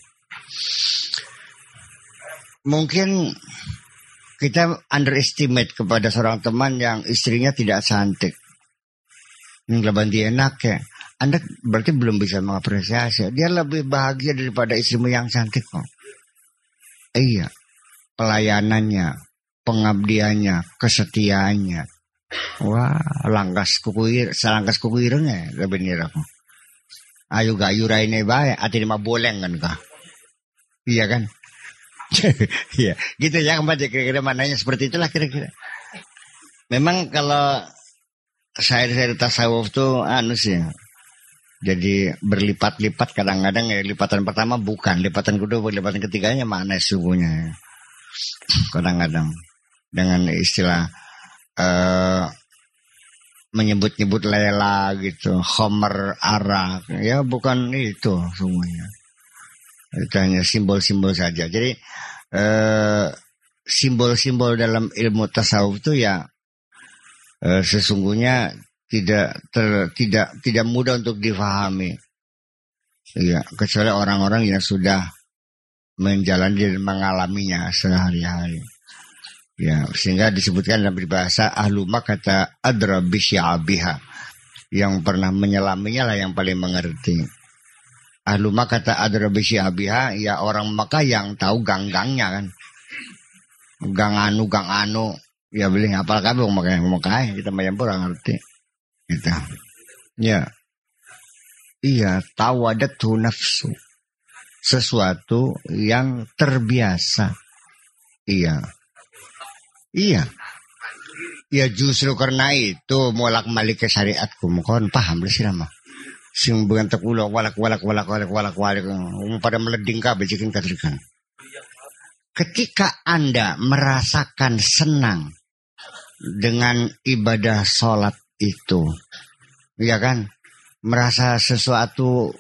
Mungkin kita underestimate kepada seorang teman yang istrinya tidak cantik. Ngelaban dia enak ya. Anda berarti belum bisa mengapresiasi. Dia lebih bahagia daripada istrimu yang cantik kok. Iya, pelayanannya, pengabdiannya, kesetiaannya. Wah, salangkas kuku irengnya lebih niraku. Ayo gak yuraine bae, ati mah boleng kan kah? Iya kan? Iya, gitu ya kembali kira-kira mananya seperti itulah kira-kira. Memang kalau saya tasawuf tuh sih. Jadi berlipat-lipat kadang-kadang ya, lipatan pertama bukan, lipatan kedua, lipatan ketiganya mana sungguhnya. Kadang-kadang dengan istilah menyebut-nyebut lela gitu, khomer, arak, ya bukan itu semuanya. Itu hanya simbol-simbol saja. Jadi simbol-simbol dalam ilmu tasawuf itu ya sesungguhnya tidak mudah untuk difahami. Ya, kecuali orang-orang yang sudah menjalani dan mengalaminya sehari-hari. Ya, sehingga disebutkan dalam bahasa ahluma kata adra bisya'abiha. Yang pernah menyelaminya lah yang paling mengerti. Ahluma kata adra bisya'abiha, ya orang Mekah yang tahu gang-gangnya kan. Gang anu. Ya beli ngapal kabeh wong Mekah, kita mayang orang ngerti. Gitu. Ya. Iya, tawadatu nafsu. Sesuatu yang terbiasa. Iya. Ya justru karena itu molak-malik ke syariatku. Mohon paham lah sih nama. Sing bentek ulo walak pada meleding kabeh cikin katrikan. Ketika Anda merasakan senang dengan ibadah sholat itu, ya kan, merasa sesuatu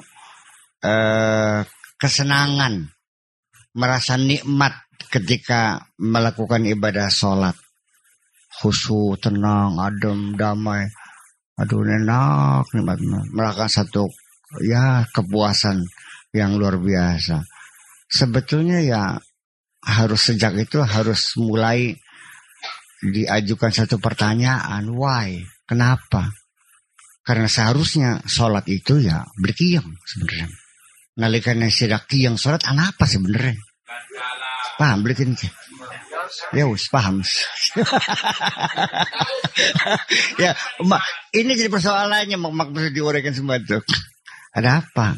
kesenangan, merasa nikmat ketika melakukan ibadah sholat, khusyuk, tenang, adem, damai, aduh enak, nikmat, merasakan satu ya kepuasan yang luar biasa. Sebetulnya ya sejak itu harus mulai diajukan satu pertanyaan, why? Kenapa? Karena seharusnya sholat itu ya berkiyang sebenarnya. Nalikane sidak kiyang sholat, apa sebenarnya? Paham belikin? Ya us paham. Ya, ini jadi persoalannya mak bisa diuraikan semua tuh. Ada apa?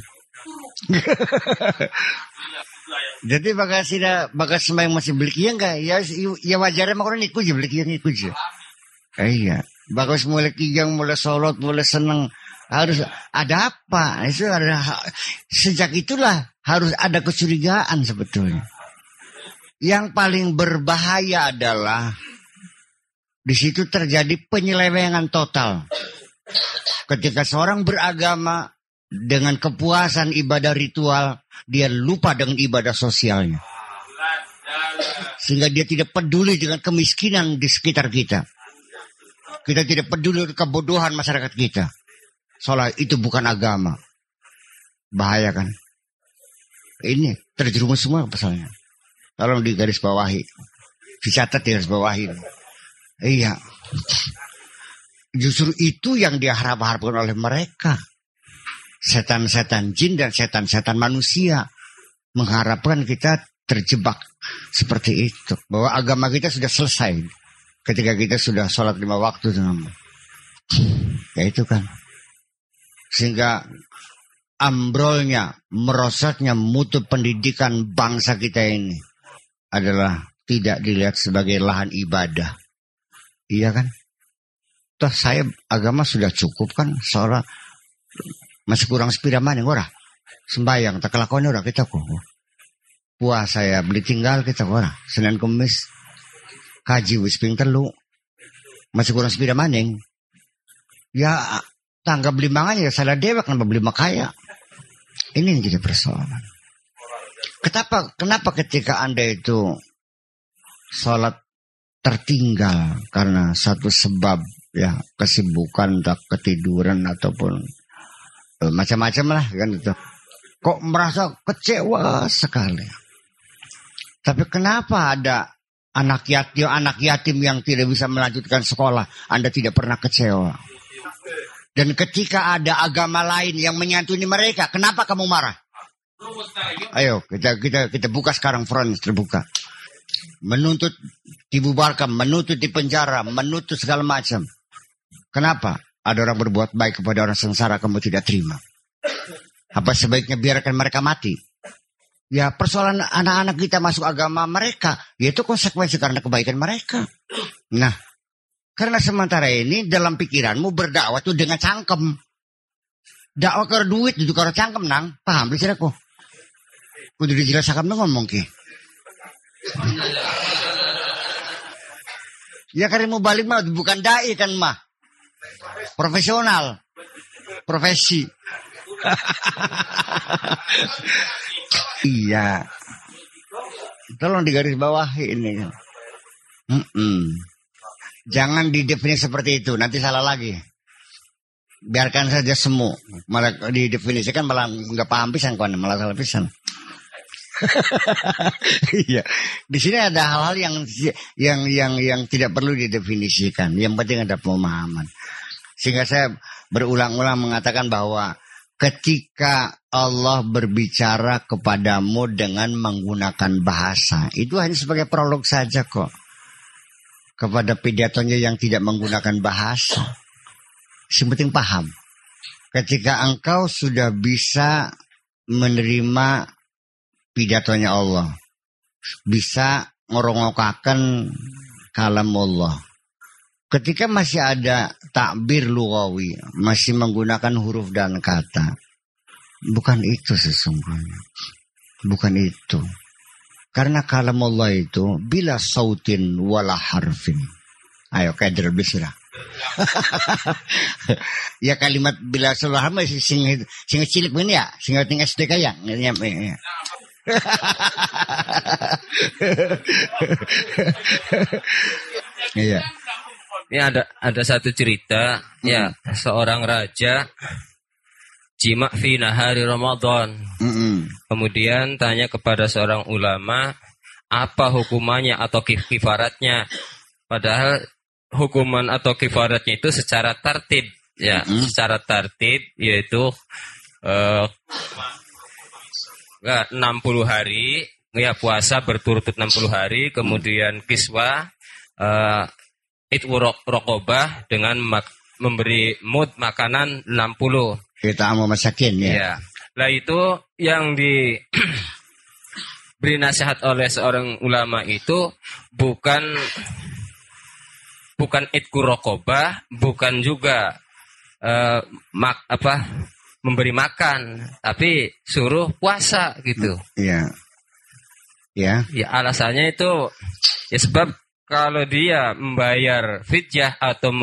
Jadi bakal sembahyang masih beli kiyang enggak? Ya wajarnya mak orang ikut aja beli kiyang ikut aja. Iya. Bagus mulai kijang, mulai sholat, mulai senang. Harus ada apa? Itu ada, sejak itulah harus ada kecurigaan sebetulnya. Yang paling berbahaya adalah di situ terjadi penyelewengan total. Ketika seorang beragama dengan kepuasan ibadah ritual, dia lupa dengan ibadah sosialnya. Sehingga dia tidak peduli dengan kemiskinan di sekitar kita. Kita tidak peduli dengan kebodohan masyarakat kita. Soalnya itu bukan agama. Bahaya kan? Ini terjerumus semua pasalnya. Tolong digaris bawahi. Dicatat di garis bawahi. Iya. Justru itu yang diharap-harapkan oleh mereka. Setan-setan jin dan setan-setan manusia mengharapkan kita terjebak seperti itu. Bahwa agama kita sudah selesai ketika kita sudah sholat 5 waktu. Ya itu kan. Sehingga ambrolnya, merosotnya mutu pendidikan bangsa kita ini adalah tidak dilihat sebagai lahan ibadah. Iya kan? Toh saya agama sudah cukup kan, seolah masih kurang sepira maning ora. Sembayang tak kelakone ora kita kok. Puasa ya beli tinggal kita ora. Senin Kamis kaji wis ping 3. Masih kurang sepira maning. Ya tangga beli mangannya ya salah dewek kenapa beli makaya. Ini yang jadi persoalan. Kenapa ketika Anda itu sholat tertinggal karena satu sebab ya kesibukan, tak ketiduran ataupun macam-macam lah kan itu. Kok merasa kecewa sekali. Tapi kenapa ada anak yatim yang tidak bisa melanjutkan sekolah, Anda tidak pernah kecewa? Dan ketika ada agama lain yang menyantuni mereka, kenapa kamu marah? Ayo kita buka sekarang front terbuka. Menuntut dibubarkan, menuntut dipenjara, menuntut segala macam. Kenapa? Ada orang berbuat baik kepada orang sengsara kamu tidak terima. Apa sebaiknya biarkan mereka mati? Ya persoalan anak-anak kita masuk agama mereka, yaitu konsekuensi karena kebaikan mereka. Nah, karena sementara ini dalam pikiranmu berdakwah tuh dengan cangkem. Dakwah ke duit itu karena cangkem nang, paham bisa aku? Kudu dijelaskan tuh ngomong ki. Ya karena mau balik mah bukan dai kan mah. Profesional. Profesi. Iya. Tolong digaris bawahi ini. Jangan didefinisi seperti itu, nanti salah lagi. Biarkan saja semu. Malah didefinisikan malah nggak paham pisan kawan, malah salah pisan. Iya. Di sini ada hal-hal yang tidak perlu didefinisikan. Yang penting ada pemahaman. Sehingga saya berulang-ulang mengatakan bahwa ketika Allah berbicara kepadamu dengan menggunakan bahasa, itu hanya sebagai prolog saja kok. Kepada pidatonya yang tidak menggunakan bahasa. Yang penting paham. Ketika engkau sudah bisa menerima pidatonya Allah, bisa ngerongokaken kalam Allah. Ketika masih ada takbir lugawi, masih menggunakan huruf dan kata, bukan itu sesungguhnya. Bukan itu. Karena kalam Allah itu bila sautin wala harfin. Ayo kader bisra. Ya kalimat bila salah masih sing cilik ini ya, sing tinggal SD kaya. Iya. Ini ada satu cerita, ya seorang raja jima fi nahari Ramadan. Kemudian tanya kepada seorang ulama, apa hukumannya atau kifaratnya? Padahal hukuman atau kifaratnya itu secara tertib, ya, secara tertib yaitu 60 hari, ya puasa berturut-turut 60 hari, kemudian kiswa itwu raqabah dengan memberi mud makanan 60. Kita mau masakin ya. Ya. Lah itu yang diberi nasihat oleh seorang ulama itu bukan itwu raqabah, bukan juga memberi makan, tapi suruh puasa gitu. Iya. Ya. Ya alasannya itu ya sebab kalau dia membayar fidyah atau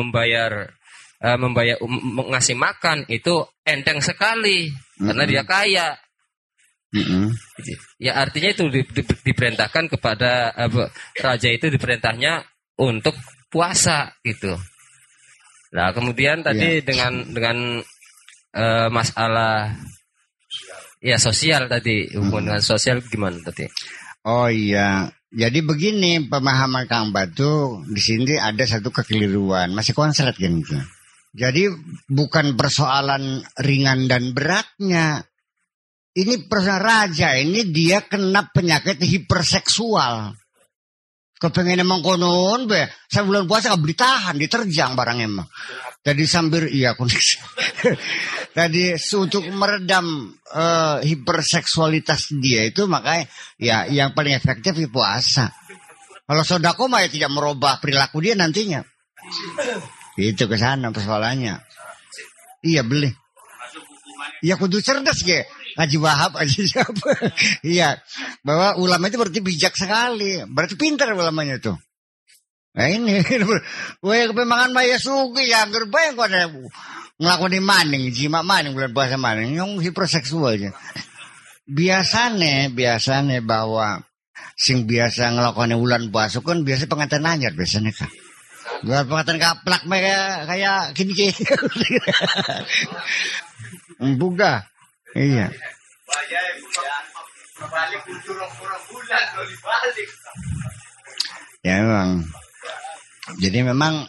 ngasih makan itu enteng sekali karena dia kaya. Ya artinya itu diperintahkan kepada raja itu diperintahnya untuk puasa gitu. Nah kemudian tadi dengan masalah ya sosial tadi, hubungan sosial gimana tadi? Oh iya. Jadi begini pemahaman Kang Batu, di sini ada satu kekeliruan, masih konslet kan gitu. Jadi bukan persoalan ringan dan beratnya. Ini persoalan raja ini dia kena penyakit hiperseksual. Kepengen emang konon be, saya bulan puasa gak boleh tahan, diterjang barang emang. Tadi sambil iya koneksi. Tadi untuk meredam hiperseksualitas dia itu makanya ya yang paling efektif ya puasa. Kalau sodako mah ya tidak merubah perilaku dia nantinya. Itu ke sana persoalannya. Iya beli. Ya kudu cerdas ge. Ngaji Wahab aja siapa. Iya. Bahwa ulama itu berarti bijak sekali. Berarti pintar ulamanya tuh. Nah ini. Wah kepemangan maya sugi ya. Gerbayang kok ada ngelakuin maning. Jima maning bulan puasa maning. Yang hiperseksual aja. Biasanya bahwa sing biasa ngelakuin bulan puasa kan biasa pengantin anyar biasanya kan. Buat pengantin kaplak kayak gini. Buka. Iya. Ya memang. Jadi memang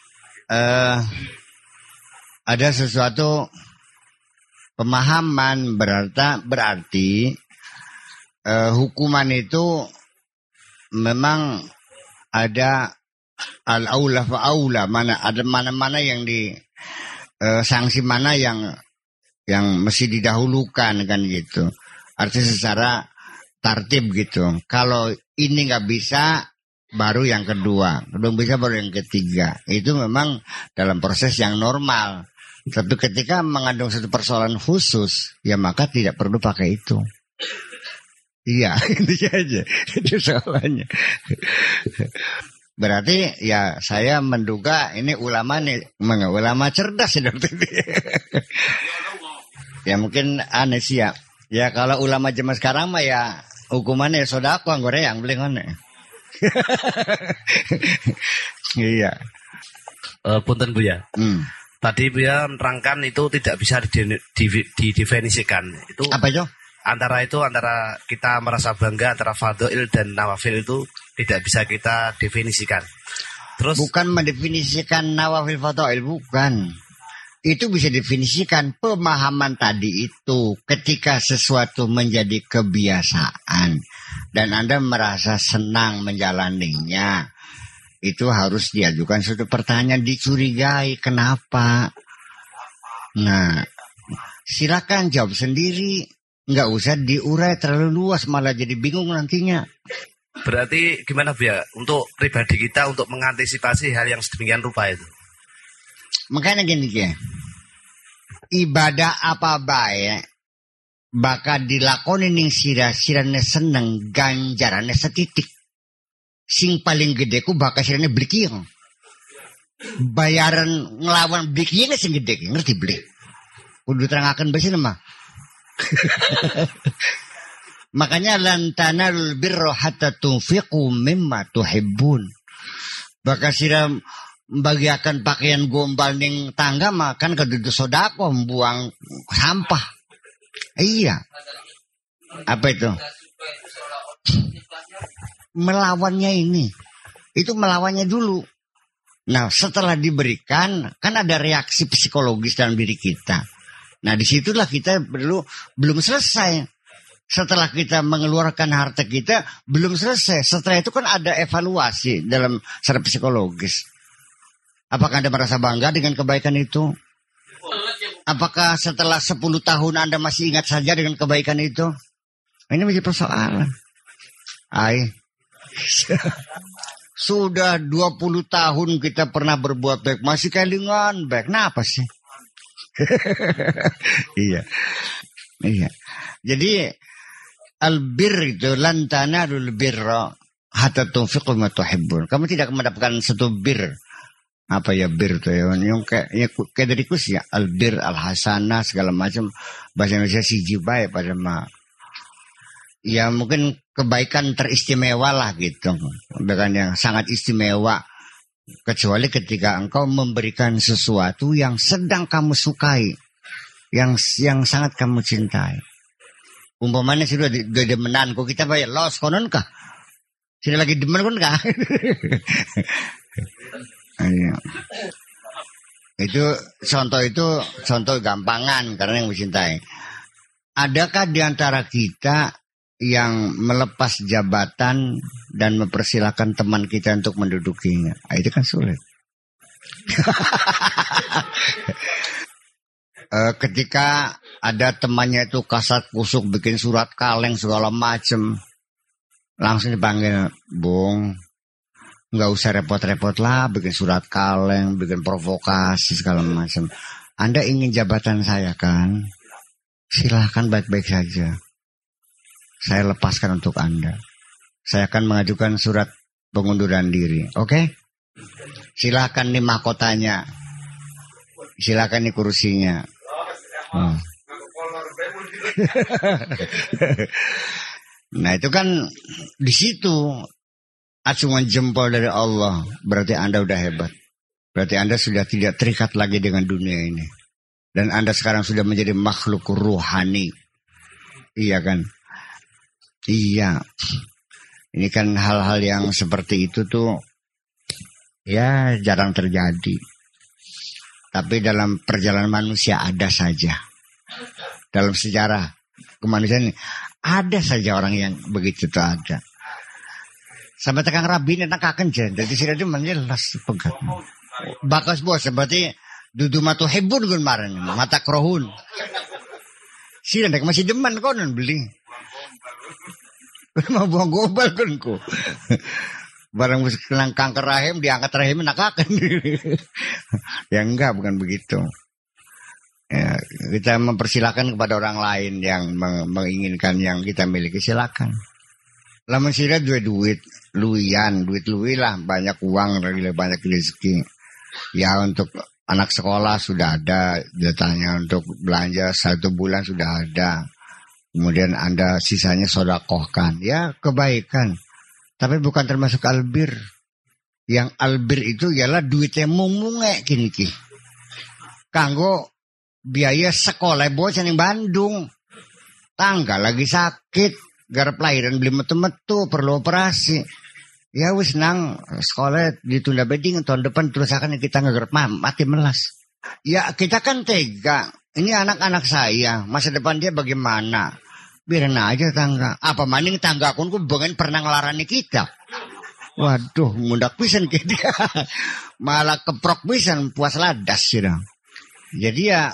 ada sesuatu pemahaman berarti hukuman itu memang ada al-aula fa-aula, mana yang di sanksi mana yang mesti didahulukan kan gitu. Artinya secara tartib gitu. Kalau ini nggak bisa, baru yang kedua. Belum bisa baru yang ketiga. Itu memang dalam proses yang normal. Tapi ketika mengandung satu persoalan khusus, ya maka tidak perlu pakai itu. Iya, itu aja. Itu soalannya. Berarti ya saya menduga ini ulama cerdas ya dokter. Ya mungkin aneh sih ya. Ya kalau ulama zaman sekarang mah ya hukumannya sodako anggore yang beli ngene. Iya. Punten Buya. Tadi Buya menerangkan itu tidak bisa didefinisikan. Itu apa itu? Antara kita merasa bangga antara fadhil dan nawafil itu tidak bisa kita definisikan. Terus bukan mendefinisikan nawafil fadhil, bukan. Itu bisa definisikan pemahaman tadi itu ketika sesuatu menjadi kebiasaan dan Anda merasa senang menjalaninya, itu harus diajukan suatu pertanyaan, dicurigai kenapa. Nah, silakan jawab sendiri, nggak usah diurai terlalu luas malah jadi bingung nantinya. Berarti gimana Bu ya untuk pribadi kita untuk mengantisipasi hal yang sedemikian rupa itu? Makanya gini ya, ibadah apa baik bakal dilakoni ning sirane seneng ganjarane setitik. Sing paling gede ku bakal sirane bliking. Bayaran ngelawan blikingnya sing gede, ngerti beli? Kudu terangaken besi mah. Makanya lan tanalul birra hatta tunfiqu mimma tuhibbun. Bakal siram membagiakan pakaian gombal ning tangga makan kedudu sodako membuang sampah. Iya. Apa itu? Melawannya ini. Itu melawannya dulu. Nah setelah diberikan kan ada reaksi psikologis dalam diri kita. Nah disitulah kita belum selesai. Setelah kita mengeluarkan harta kita belum selesai. Setelah itu kan ada evaluasi dalam secara psikologis. Apakah Anda merasa bangga dengan kebaikan itu? Apakah setelah 10 tahun Anda masih ingat saja dengan kebaikan itu? Ini menjadi persoalan. Sudah 20 tahun kita pernah berbuat baik, masih kelingan baik. Nah apa sih? Iya. Jadi albir itu lan tanalul birra hatta tunfiqu ma tuhibbun. Kamu tidak mendapatkan satu bir. Apa ya bir tuh ya? Yang kayak dari kus ya albir alhasanah segala macam bahasa Indonesia siji bae pada mah. Ya mungkin kebaikan teristimewa lah gitu. Kebaikan yang sangat istimewa. Kecuali ketika engkau memberikan sesuatu yang sedang kamu sukai. Yang sangat kamu cintai. Umpamanya sudah demenan. Kok kita bayar los konon kah? Sudah lagi demen kan kah? Itu contoh gampangan karena yang mencintai. Adakah di antara kita yang melepas jabatan dan mempersilahkan teman kita untuk mendudukinya? Itu kan sulit. Ketika ada temannya itu kasat kusuk bikin surat kaleng segala macem, langsung dipanggil, Bung, nggak usah repot-repot lah bikin surat kaleng, bikin provokasi segala macem. Anda ingin jabatan saya kan? Silahkan baik-baik saja. Saya lepaskan untuk Anda. Saya akan mengajukan surat pengunduran diri. Oke? Silahkan nih mahkotanya. Silahkan nih kursinya. Nah itu kan di situ acungan jempol dari Allah. Berarti Anda udah hebat. Berarti Anda sudah tidak terikat lagi dengan dunia ini. Dan Anda sekarang sudah menjadi makhluk ruhani. Iya kan? Iya. Ini kan hal-hal yang seperti itu tuh ya jarang terjadi. Tapi dalam perjalanan manusia ada saja. Dalam sejarah kemanusiaan ini ada saja orang yang begitu tuh ada. Sampai tekan rabi ini nakakan jen. Jadi sini itu menjelas pegat. Bakas bos seperti dudu matu hebun gun maran mata krohun. Sini dek masih demen konon beli. Mau buang gombal kan ku. Barang kenang kanker rahim diangkat rahim nakakan. Ya enggak, bukan begitu. Ya, kita mempersilahkan kepada orang lain yang menginginkan yang kita miliki, silakan. Lamun sira duit luian, duit lui lah, banyak uang, banyak rezeki. Ya untuk anak sekolah sudah ada datanya, untuk belanja 1 bulan sudah ada. Kemudian Anda sisanya sodakohkan. Ya kebaikan. Tapi bukan termasuk albir. Yang albir itu ialah duitnya mungunge kini ki. Kanggo biaya sekolah bocah yang Bandung. Tangga lagi sakit. Garap lahiran beli metu-metu. Perlu operasi. Ya wis nang sekolah ditunda beding tahun depan terus akan kita ngegarap mati melas. Ya kita kan tega. Ini anak-anak saya. Masa depan dia bagaimana? Biarin aja tangga. Apa maning tangga aku bengen pernah ngelarani kita. Waduh, mundak pisan ke dia. Malah keprok pisan puas ladas ya. Jadi ya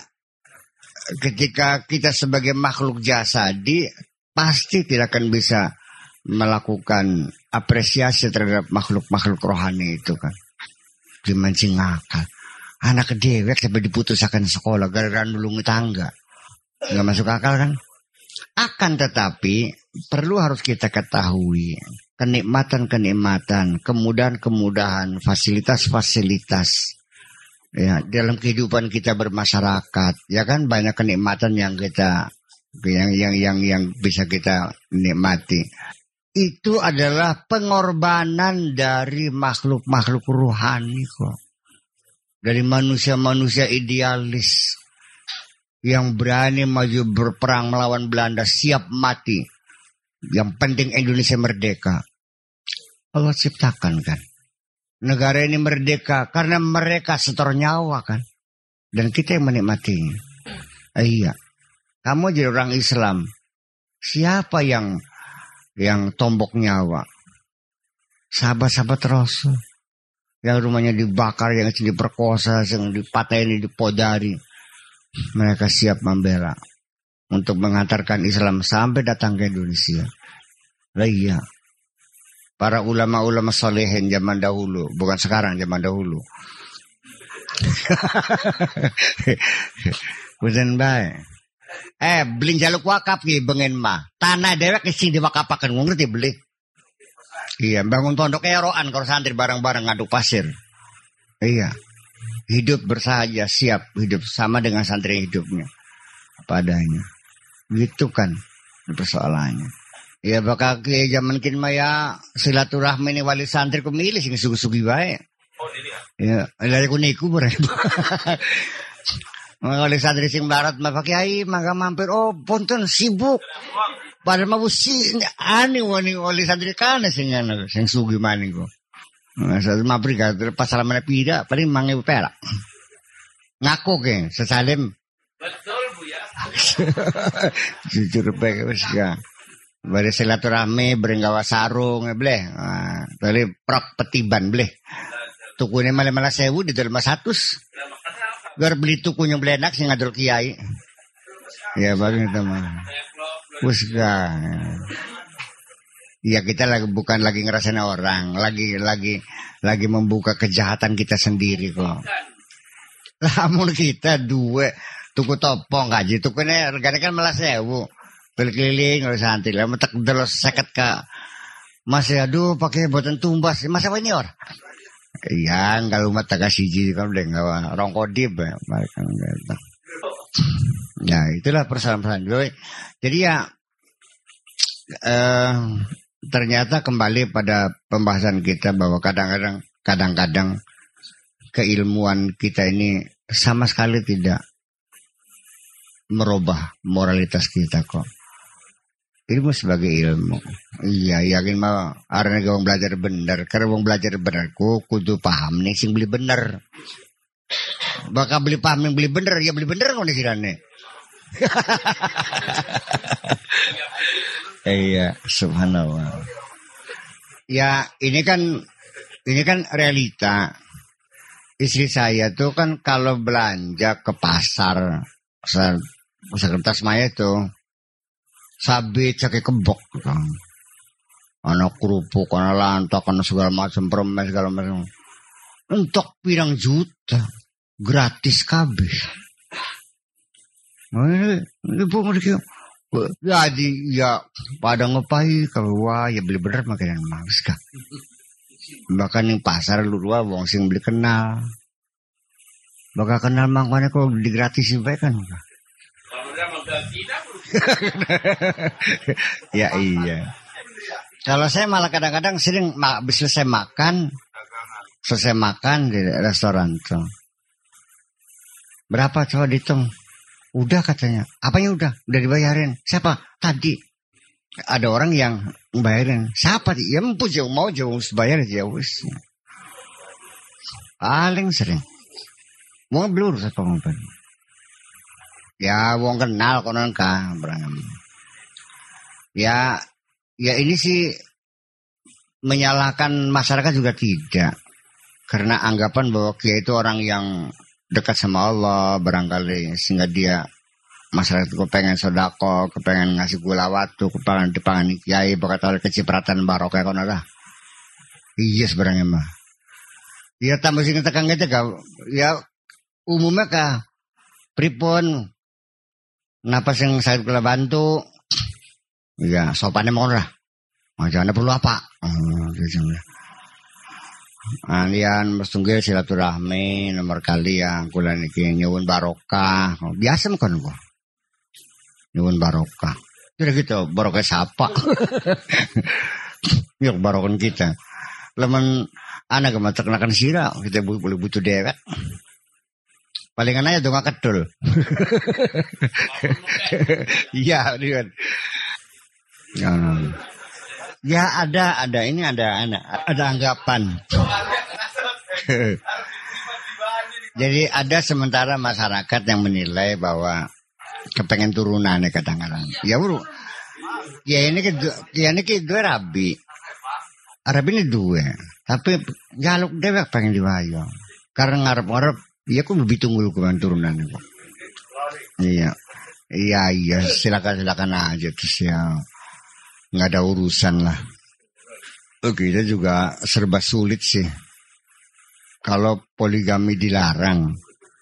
ketika kita sebagai makhluk jasadi pasti tidak akan bisa melakukan apresiasi terhadap makhluk-makhluk rohani itu kan. Dimancing akal. Anak dewek sampai diputuskan sekolah gara-gara nulungi tangga. Enggak masuk akal kan? Akan tetapi perlu harus kita ketahui kenikmatan-kenikmatan, kemudahan-kemudahan, fasilitas-fasilitas ya dalam kehidupan kita bermasyarakat. Ya kan banyak kenikmatan yang kita yang bisa kita nikmati. Itu adalah pengorbanan dari makhluk-makhluk ruhani kok. Dari manusia-manusia idealis yang berani maju berperang melawan Belanda, siap mati. Yang penting Indonesia merdeka. Allah ciptakan kan. Negara ini merdeka karena mereka setor nyawa kan. Dan kita yang menikmatinya. Iya. Kamu jadi orang Islam. Siapa yang tombok nyawa? Sahabat-sahabat Rasul. Yang rumahnya dibakar, yang diperkosa, yang dipatahin, dipodari. Mereka siap membela untuk mengantarkan Islam sampai datang ke Indonesia. Lah iya. Para ulama-ulama solehin zaman dahulu, bukan sekarang, zaman dahulu. Kuzen bae. Beli jaluk wakaf ki bengen mah. Tanah dewek isi diwakapaken ngerti beli. Iya, bangun pondok eroan kalau santri bareng-bareng ngaduk pasir. Iya. Hidup bersahaja, siap hidup sama dengan santri hidupnya. Apa adanya. Gitu kan persoalannya. Ya bakal ke zaman kin maya silaturahmi ni wali santri ku milih sing sugi-sugi bae. Oh, ya, lari ku niku berapa. Wali santri sing barat mah Kiai mangga mampir punten sibuk. Padahal mau si wali santri kana sing sugi maning ku. Satu mabri kan pas salamane pida paling 5.000 perak. Ngaku ke sesalim. Betul Bu ya. Jujur bae wis ya. Bare silaturahmi berenggawa sarung bleh. Tadi prok petiban bleh. Tukune malah 1.000 di dalam 100. Biar beli tukunya belenak sing ngadol kiai. Ya bagus teman. Wis ya kita bukan lagi ngerasain orang, lagi membuka kejahatan kita sendiri kok. Lamun kita duwe tuku topong gaji tukune regane kan malah 1000. Beli keliling harus santai lah metek delos 50 ka. Mas aduh pakai boten tumbas. Mas apa ini or? Iya, kalau umat tak siji kan udah enggak rong kodib ya. Ya, itulah persoalan-persoalan. Jadi ya ternyata kembali pada pembahasan kita bahwa kadang-kadang keilmuan kita ini sama sekali tidak merubah moralitas kita kok. Ilmu sebagai ilmu. Iya, yakin mah arane wong belajar bener, karena wong belajar bener kudu paham nih sing beli bener. Bakal beli paham yang beli bener, ya beli bener kok dikirane. Iya, subhanallah. Ya, ini kan realita. Istri saya tuh kan kalau belanja ke pasar kertas maya tuh sabit cake kebok kan. Ana kerupuk, ana lantak, ana segala macam permen segala macam. Untuk pirang juta gratis kabeh. Ini bu mereka jadi ya pada ngepai kalau wah ya beli bener makanan mas kak. Bahkan yang pasar lu dua wong sing beli kenal. Bakal kenal makanya kok di gratisin bae kan. Ya iya. Kalau saya malah kadang-kadang sering selesai makan di restoran tuh. Berapa coba dihitung? Udah katanya. Apanya udah? Udah dibayarin. Siapa? Tadi. Ada orang yang bayarin. Siapa? Ya empu jauh mau jauh bayar ya wis. Paling sering. Mau blur satu ngomong. Ya wong kenal konon ka berangam. Ya ini sih menyalahkan masyarakat juga tidak. Karena anggapan bahwa kiai itu orang yang dekat sama Allah barangkali sehingga dia masyarakat kepengen sodako, kepengen ngasih gula watu, kepengen dipangan kiai bakal kecipratan barokah kono lah. Iya sebenarnya mah. Ya tambah sing tekan gitu ya umumnya kah pripun napas yang saya kula bantu ya sopannya mau lah macamnya perlu apa alian mestunggil silaturahmi nomor kali yang kula niki nyuwun barokah biasa kan kok nyuwun barokah kira gitu barokah siapa yuk barokah kita lemen anak gematak nakan sira kita boleh butuh dewek. Palingan aja dong kedul. Iya, kan. Ya ada anggapan. Jadi ada sementara masyarakat yang menilai bahwa kepengen turunan kadang-kadang. Ya bro. Ya ini dua rabi. Arabi ini dua. Tapi jaluk dewek pengen diwayo. Karena ngarep-ngarep iya kok lebih tunggu keman turunan itu. Iya silakan aja terus ya nggak ada urusan lah. Kita juga serba sulit sih. Kalau poligami dilarang,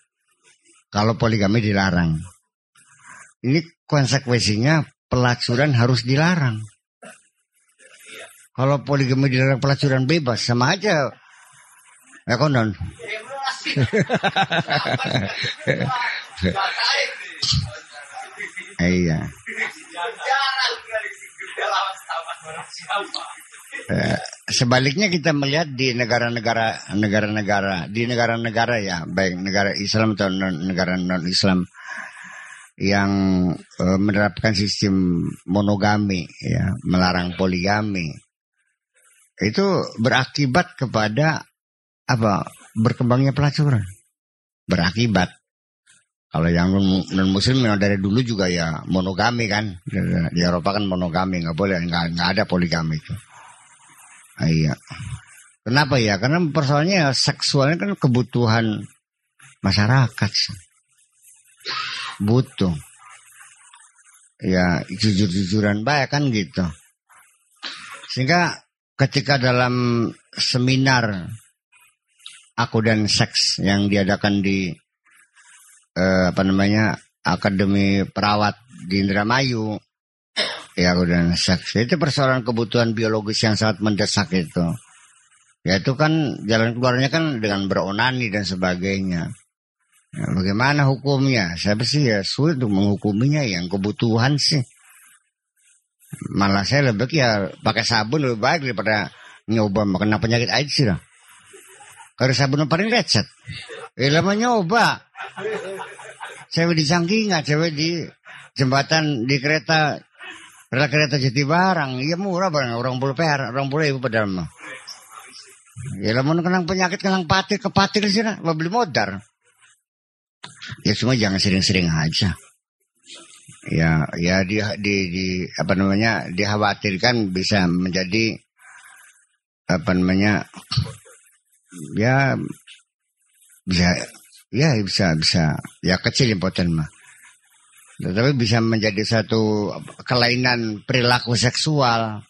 ini konsekuensinya pelacuran harus dilarang. Kalau poligami dilarang pelacuran bebas sama aja. Ya konon. Iya. Sebaliknya kita melihat di negara-negara ya, baik negara Islam atau negara non-Islam yang menerapkan sistem monogami ya, melarang poligami. Itu berakibat kepada berkembangnya pelacuran. Berakibat. Kalau yang non muslim yang dari dulu juga ya monogami kan. Di Eropa kan monogami, nggak boleh, nggak ada poligami itu. Iya. Kenapa ya? Karena persoalannya seksualnya kan kebutuhan masyarakat butuh ya jujur-jujuran baik kan gitu. Sehingga ketika dalam seminar aku dan seks yang diadakan di Akademi Perawat di Indramayu, ya aku dan seks itu persoalan kebutuhan biologis yang sangat mendesak itu. Ya itu kan jalan keluarnya kan dengan beronani dan sebagainya. Ya, bagaimana hukumnya? Saya sih ya sulit untuk menghukuminya, yang kebutuhan sih. Malah saya lebih ya pakai sabun lebih baik daripada nyoba kena penyakit AIDS sih lah. Kalau sabun paling recet. Lama nyoba. Cewek di Sangkingan, cewek di jembatan di kereta Jati Barang, iya murah barang, orang puluh ibu padahal mah. Ya lamun kenang penyakit kenang kepatir sih lah, mau beli modar. Ya cuma jangan sering-sering aja. Ya dikhawatirkan bisa menjadi bisa ya kecil impoten mah. Tetapi bisa menjadi satu kelainan perilaku seksual.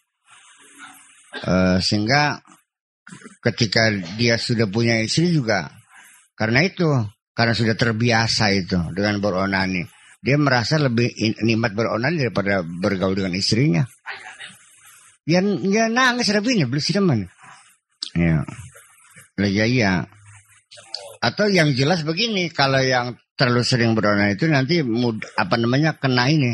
Sehingga ketika dia sudah punya istri juga karena sudah terbiasa itu dengan beronani, dia merasa lebih nikmat beronani daripada bergaul dengan istrinya. Ya nangis rapinya beli teman. Ya. Ya. Atau yang jelas begini, kalau yang terlalu sering beronani itu nanti kena ini.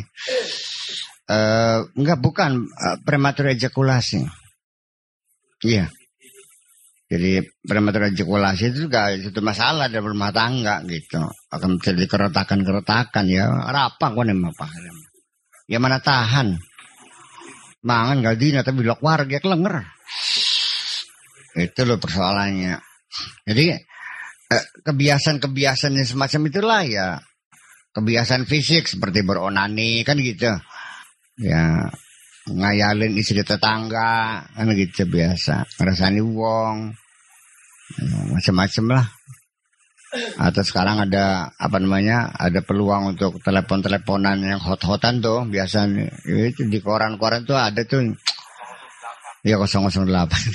Bukan prematur ejakulasi. Iya. Jadi prematur ejakulasi itu juga itu masalah dalam rumah tangga gitu. Akan terjadi keretakan ya. Rapang kok nemah Pak. Ya mana tahan. Mangan gak dina tapi bilok warga kelenger. Itu loh persoalannya. Jadi kebiasaan semacam itulah ya. Kebiasaan fisik seperti beronani kan gitu. Ya ngayalin istri tetangga kan gitu biasa, ngerasani wong macam-macam lah. Atau sekarang ada ada peluang untuk telepon-teleponan yang hot-hotan tuh biasanya itu di koran-koran tuh ada tuh ya 008.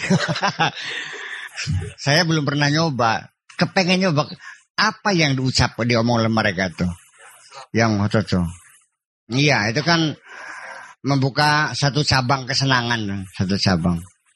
Saya belum pernah nyoba, kepengen nyoba apa yang diomong oleh mereka tuh yang hot tuh. Iya itu kan membuka satu cabang kesenangan, satu cabang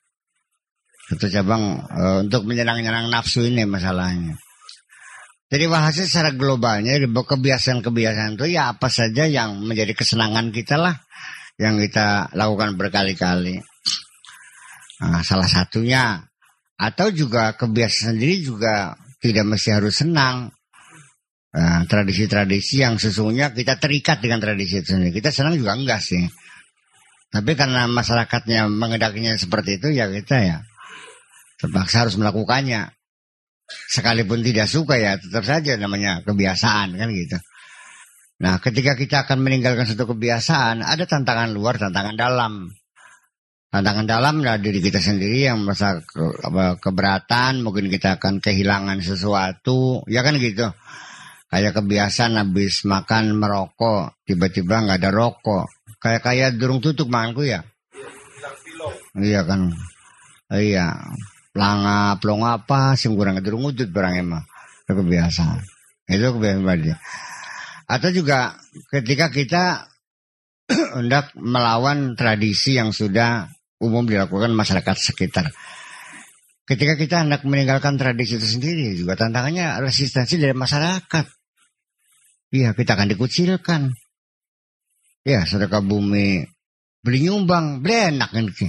untuk menyenang-nyenang nafsu ini masalahnya. Jadi bahasa secara globalnya kebiasaan-kebiasaan itu ya apa saja yang menjadi kesenangan kita lah, yang kita lakukan berkali-kali. Nah, salah satunya atau juga kebiasaan sendiri juga tidak mesti harus senang. Tradisi-tradisi yang sesungguhnya kita terikat dengan tradisi itu sendiri. Kita senang juga enggak sih. Tapi karena masyarakatnya mengendakinya seperti itu ya kita ya terpaksa harus melakukannya. Sekalipun tidak suka ya tetap saja namanya kebiasaan kan gitu. Nah ketika kita akan meninggalkan satu kebiasaan ada tantangan luar, tantangan dalam. Tantangan dalam adalah diri kita sendiri yang merasa keberatan, mungkin kita akan kehilangan sesuatu, ya kan gitu. Kayak kebiasaan habis makan merokok, tiba-tiba nggak ada rokok. Kayak durung tutup makanku ya. Iya kan. Iya. Plong apa sing kurang durung udut barang emang. Itu kebiasaan. Itu kebiasaan dia. Atau juga ketika kita hendak melawan tradisi yang sudah umum dilakukan masyarakat sekitar. Ketika kita hendak meninggalkan tradisi itu sendiri juga tantangannya resistensi dari masyarakat. Iya, kita akan dikucilkan. Ya, sedekah bumi beli nyumbang, beli enak kan sih.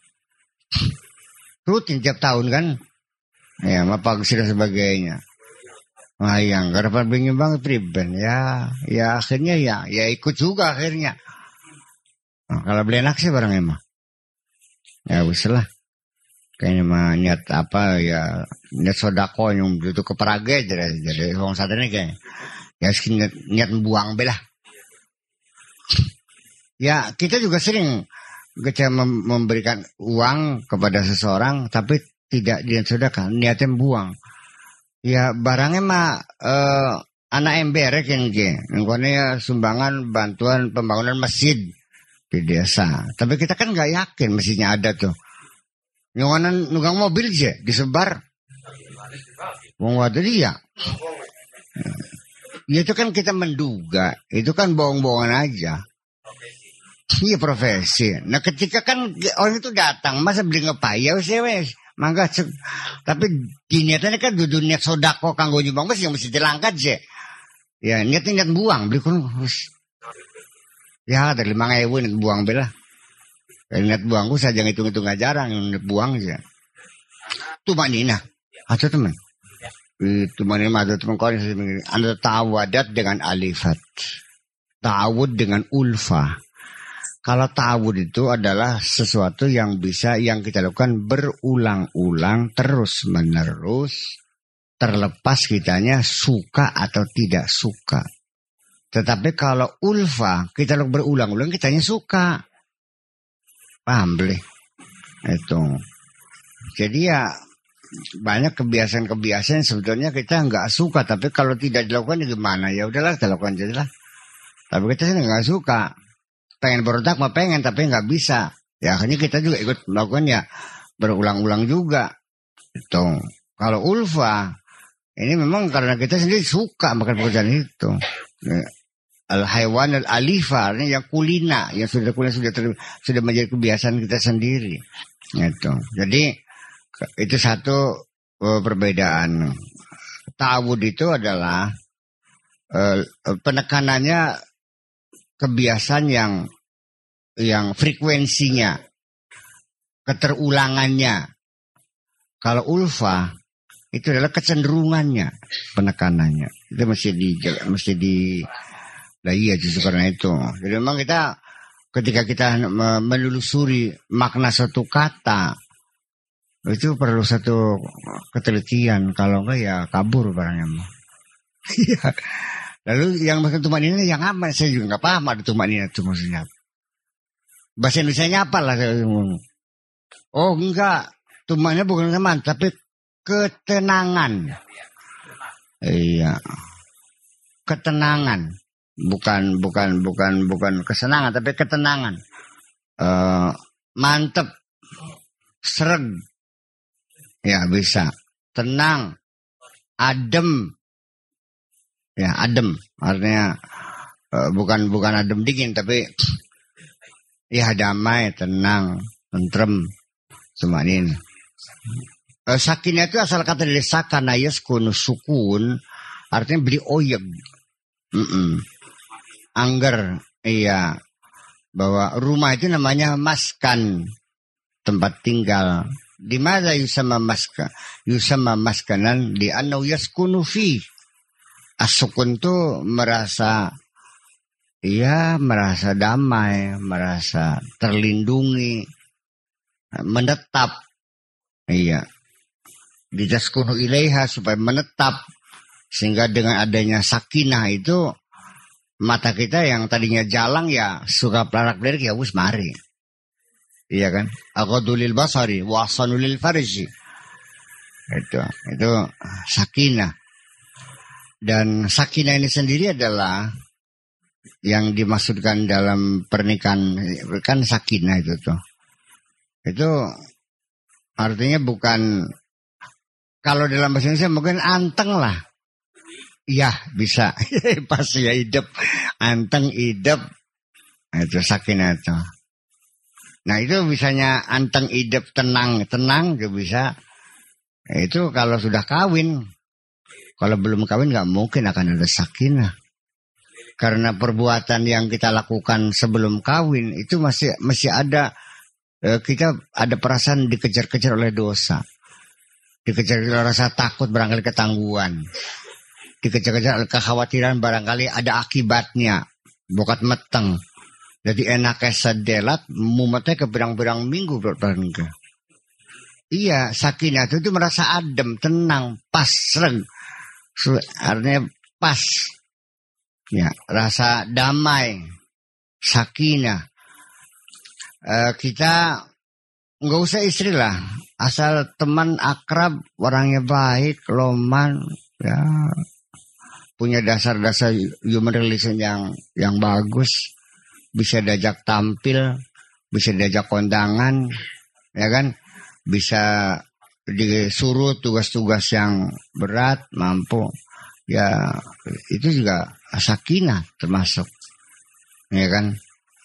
Rutin tiap tahun kan. Ya, mapagsi dan sebagainya. Nah, yang karena beli nyumbang priben ya akhirnya ya ikut juga akhirnya. Nah, kalau beli enak sih barang emang. Ya wis lah. Kayaknya mah niat niat sodako yang itu keperage jadi orang saat ini kayak ya niat buang belah. Ya kita juga sering memberikan uang kepada seseorang tapi tidak niat sedekah, niatnya buang. Ya barangnya mah anak ember kan ke. Ngkone sumbangan bantuan pembangunan masjid di desa. Tapi kita kan nggak yakin masjidnya ada tuh. Nyonganan nunggang mobil aja disebar. Wong waduh dia. Ya itu kan kita menduga, itu kan bohong-bohongan aja. Iya profesi. Nah ketika kan orang itu datang, masa beli ngepaya wes. Mangga tapi diniatannya kan dudu niat sodako kanggo nyumbang mas yang mesti dilangkat sih. Ya niat buang beli kun. Ya dari 5.000 niat buang bela. Niat buangku saja ngitung-ngitung gak jarang niat buang sih. Tuh Pak Nina, atau teman. Itu mana ada teman kau yang ada tawadat dengan alifat, tawud dengan ulfa. Kalau tawud itu adalah sesuatu yang bisa yang kita lakukan berulang-ulang terus menerus, terlepas kitanya suka atau tidak suka. Tetapi kalau ulfa kita lakukan berulang-ulang kitanya suka, paham boleh? Itu. Jadi ya banyak kebiasaan-kebiasaan sebetulnya kita nggak suka, tapi kalau tidak dilakukan gimana? Ya udahlah kita lakukan aja lah. Tapi kita sih nggak suka, pengen berontak mah pengen tapi nggak bisa. Ya akhirnya kita juga ikut melakukan ya berulang-ulang juga. Itu kalau ulfa ini memang karena kita sendiri suka makan pekerjaan itu. Al haywan al alifa ini yang kulina yang sudah menjadi kebiasaan kita sendiri. Itu. Jadi itu satu perbedaan. Ta'awud itu adalah penekanannya kebiasaan yang frekuensinya, keterulangannya. Kalau ulfa itu adalah kecenderungannya, penekanannya. Itu mesti di lah iya justru karena itu. Jadi memang kita ketika kita menelusuri makna satu kata itu perlu satu ketelitian, kalau enggak ya kabur barangnya. Lalu yang maksud tumak ini yang apa? Saya juga nggak paham ada tumak ini itu maksudnya. Bahasa Indonesianya apa lah? Oh enggak, tumaknya bukan teman tapi ketenangan. Iya, ketenangan, bukan kesenangan tapi ketenangan. Mantep, sereg. Ya bisa, tenang, adem, ya adem, artinya bukan adem dingin tapi ya damai, tenang, tentrem, semua ini. Sakinah itu asal kata dari sakana yaskunu sukun, artinya beli oyeg, angger, iya, bahwa rumah itu namanya maskan, tempat tinggal. Di mana yusama maskanan di anau yaskunu fi. Asukun tuh merasa damai, merasa terlindungi, menetap. Iya. Dijaskunu ilaiha supaya menetap, sehingga dengan adanya sakinah itu mata kita yang tadinya jalang ya suka pelarak-pelarik ya wis mari. Iya kan? Aqadulil basari wa ahsanulil farji. Itu sakinah. Dan sakinah ini sendiri adalah yang dimaksudkan dalam pernikahan kan sakinah itu tuh. Itu artinya bukan, kalau dalam bahasa Indonesia mungkin anteng lah. Iya bisa. Pas ya hidup. Anteng hidup. Itu sakinah itu. Nah itu bisanya anteng hidup tenang juga bisa. Itu kalau sudah kawin. Kalau belum kawin nggak mungkin akan ada sakinah. Karena perbuatan yang kita lakukan sebelum kawin itu masih ada, kita ada perasaan dikejar-kejar oleh dosa. Dikejar oleh rasa takut barangkali ketangguhan. Dikejar-kejar oleh kekhawatiran barangkali ada akibatnya. Bokat meteng. Jadi enaknya sedelat, mumetnya ke berang-berang minggu bertangga. Iya, sakinah itu merasa adem, tenang, pas, sereng. Artinya pas. Ya, rasa damai, sakinah. Kita nggak usah istri lah, asal teman akrab, orangnya baik, loman, ya punya dasar-dasar human relation yang bagus, bisa diajak tampil, bisa diajak kondangan, ya kan, bisa disuruh tugas-tugas yang berat, mampu, ya itu juga sakinah termasuk, ya kan.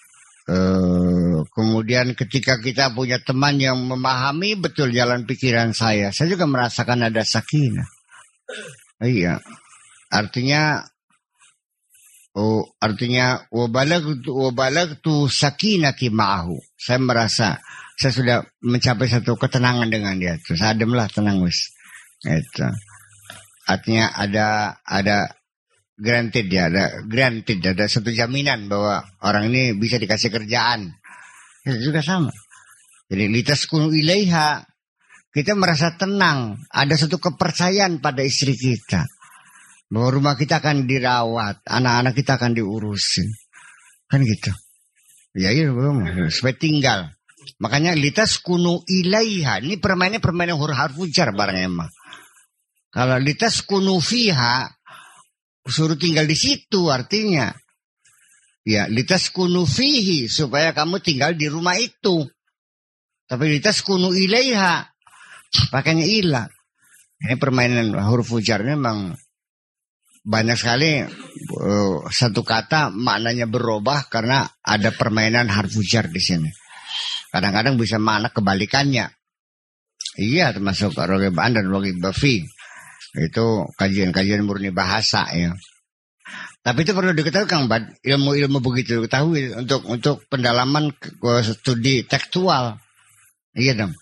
Kemudian ketika kita punya teman yang memahami betul jalan pikiran saya juga merasakan ada sakinah. Iya, artinya wabalagtu sakinati ma'ahu. Saya merasa saya sudah mencapai satu ketenangan dengan dia. Terus ademlah, tenang wis. Itu. Artinya ada granted ya, ada satu jaminan bahwa orang ini bisa dikasih kerjaan. Itu juga sama. Jadi litaskunu ilaiha, kita merasa tenang, ada satu kepercayaan pada istri kita bahwa rumah kita akan dirawat, anak-anak kita akan diurusin. Kan gitu. Ya iya, supaya tinggal. Makanya litaskunu ilaiha, ini permainan huruf jar barang emang. Kalau litaskunu fiha, suruh tinggal di situ, artinya ya litaskunu fihi, supaya kamu tinggal di rumah itu. Tapi litaskunu ilaiha pakainya ilah. Ini permainan huruf jar memang banyak sekali, satu kata maknanya berubah karena ada permainan huruf jar di sini. Kadang-kadang bisa makna kebalikannya. Iya, termasuk rogibaan dan rogibafi. Itu kajian-kajian murni bahasa ya. Tapi itu perlu diketahui Kang Bad, ilmu-ilmu begitu diketahui untuk pendalaman studi tekstual. Iya dong.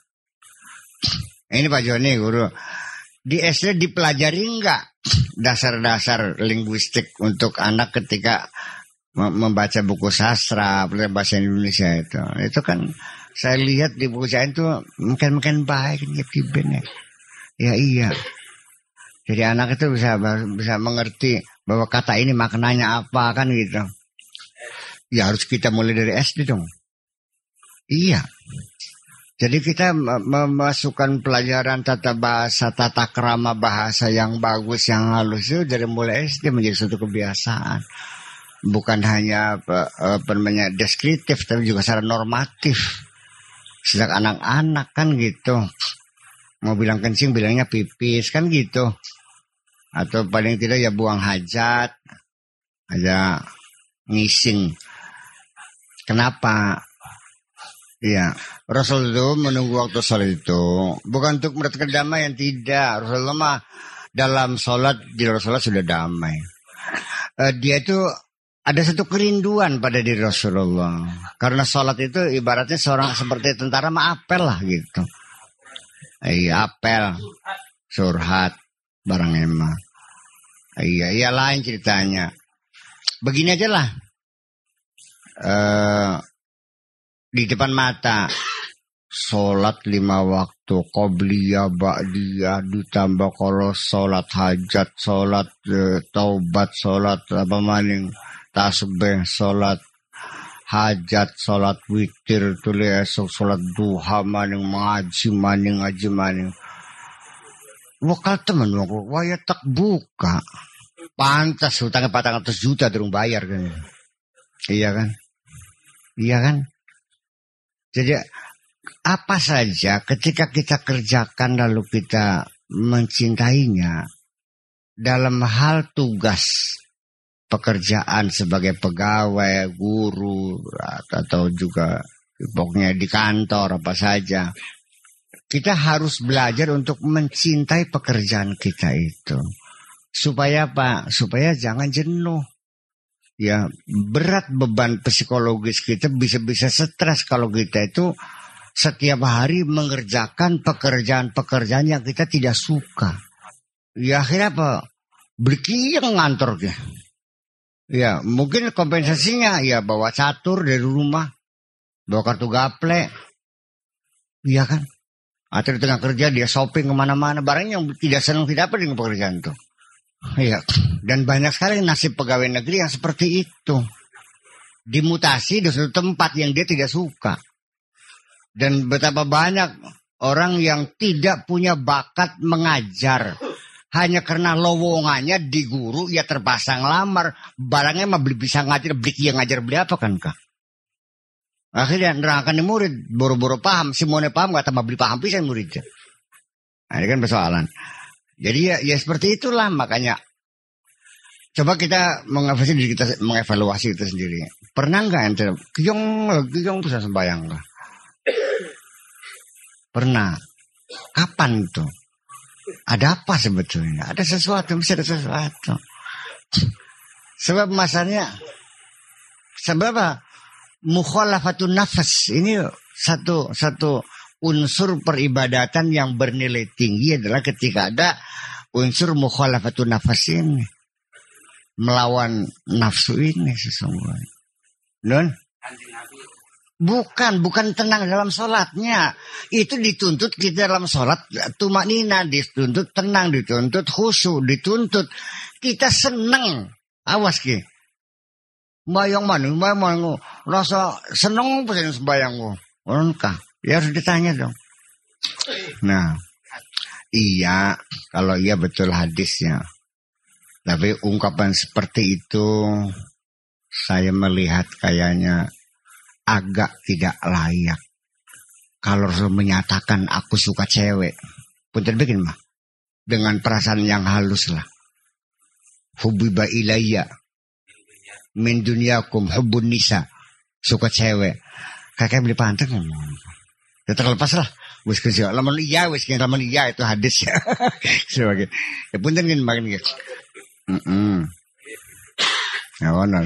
Ini Pak Joni guru. Di SD dipelajari enggak dasar-dasar linguistik untuk anak ketika membaca buku sastra, bahasa Indonesia itu. Itu kan saya lihat di buku saya itu mungkin baik ya. Ya iya. Jadi anak itu bisa mengerti bahwa kata ini maknanya apa kan gitu. Ya harus kita mulai dari SD dong. Iya. Jadi kita memasukkan pelajaran tata bahasa, tata krama bahasa yang bagus, yang halus itu dari mulai SD menjadi suatu kebiasaan. Bukan hanya deskriptif, tapi juga secara normatif. Sejak anak-anak kan gitu. Mau bilang kencing bilangnya pipis kan gitu. Atau paling tidak ya buang hajat, aja ngising. Kenapa? Iya, Rasul itu menunggu waktu sholat itu bukan untuk mendapatkan damai, yang tidak. Rasulullah mah dalam sholat, di Rasulullah sudah damai. Dia itu ada satu kerinduan pada diri Rasulullah. Karena sholat itu ibaratnya seorang seperti tentara mah apel lah gitu. Iya, apel, surhat, barang emang. Iya lain ceritanya. Begini aja lah. Di depan mata sholat 5 waktu, qobliyah, ba'diyah, ditambah kalau sholat hajat, sholat taubat, sholat apa maning, tasbih, sholat hajat, sholat witir, tulis esok, sholat duha maning, ngaji maning. Wakal temen aku, waya tak buka. Pantas hutangnya 400 juta terus bayar kan. Iya kan? Jadi apa saja ketika kita kerjakan lalu kita mencintainya dalam hal tugas pekerjaan sebagai pegawai, guru, atau juga pokoknya di kantor apa saja. Kita harus belajar untuk mencintai pekerjaan kita itu. Supaya apa? Supaya jangan jenuh. Ya, berat beban psikologis kita, bisa-bisa stres kalau kita itu setiap hari mengerjakan pekerjaan-pekerjaan yang kita tidak suka. Ya akhirnya apa? Berkiyang ngantor ya. Ya, mungkin kompensasinya ya bawa catur dari rumah, bawa kartu gaple. Iya kan? Atau di tengah kerja dia shopping kemana-mana, barang yang tidak senang tidak apa dengan pekerjaan itu. Iya, dan banyak sekali nasib pegawai negeri yang seperti itu. Dimutasi di suatu tempat yang dia tidak suka. Dan betapa banyak orang yang tidak punya bakat mengajar. Hanya karena lowongannya di guru, ya terpaksa ngelamar. Barangnya mah bisa ngajar, beli yang ngajar beli apa kan kak? Akhirnya nerangkan murid, boro-boro paham. Si mau paham gak tambah beli paham pisan muridnya. Nah, ini kan persoalan. Jadi ya seperti itulah makanya. Coba kita mengevaluasi kita sendiri. Pernah nggak ente Kiyong bisa sembahyang nggak? Pernah. Kapan tuh? Ada apa sebetulnya? Ada sesuatu, mesti ada sesuatu. Sebab masanya, sebab mukhalafatun nafas ini satu unsur peribadatan yang bernilai tinggi adalah ketika ada unsur mukhalafatun nafas ini, melawan nafsu ini sesungguhnya. Non? Bukan tenang dalam sholatnya. Itu dituntut kita dalam sholat tumaknina, dituntut tenang, dituntut khusyuk, dituntut kita senang. Awas ki. Bayang mana, rasa senang pesen sembayangmu. Onkah? Ya harus ditanya dong. Nah, iya, kalau iya betul hadisnya. Tapi ungkapan seperti itu saya melihat kayaknya agak tidak layak. Kalau Rasul menyatakan aku suka cewek, punten bikin mah dengan perasaan yang halus lah. Hubbiba ilayya min dunyakum hubbun nisa, suka cewek. Kakek beli panteng. Ya terlepas lah. Wis kerja lamun iya wis lamun iya itu hadis ya. Sebagai ya punten kan makan gitu. Ya benar.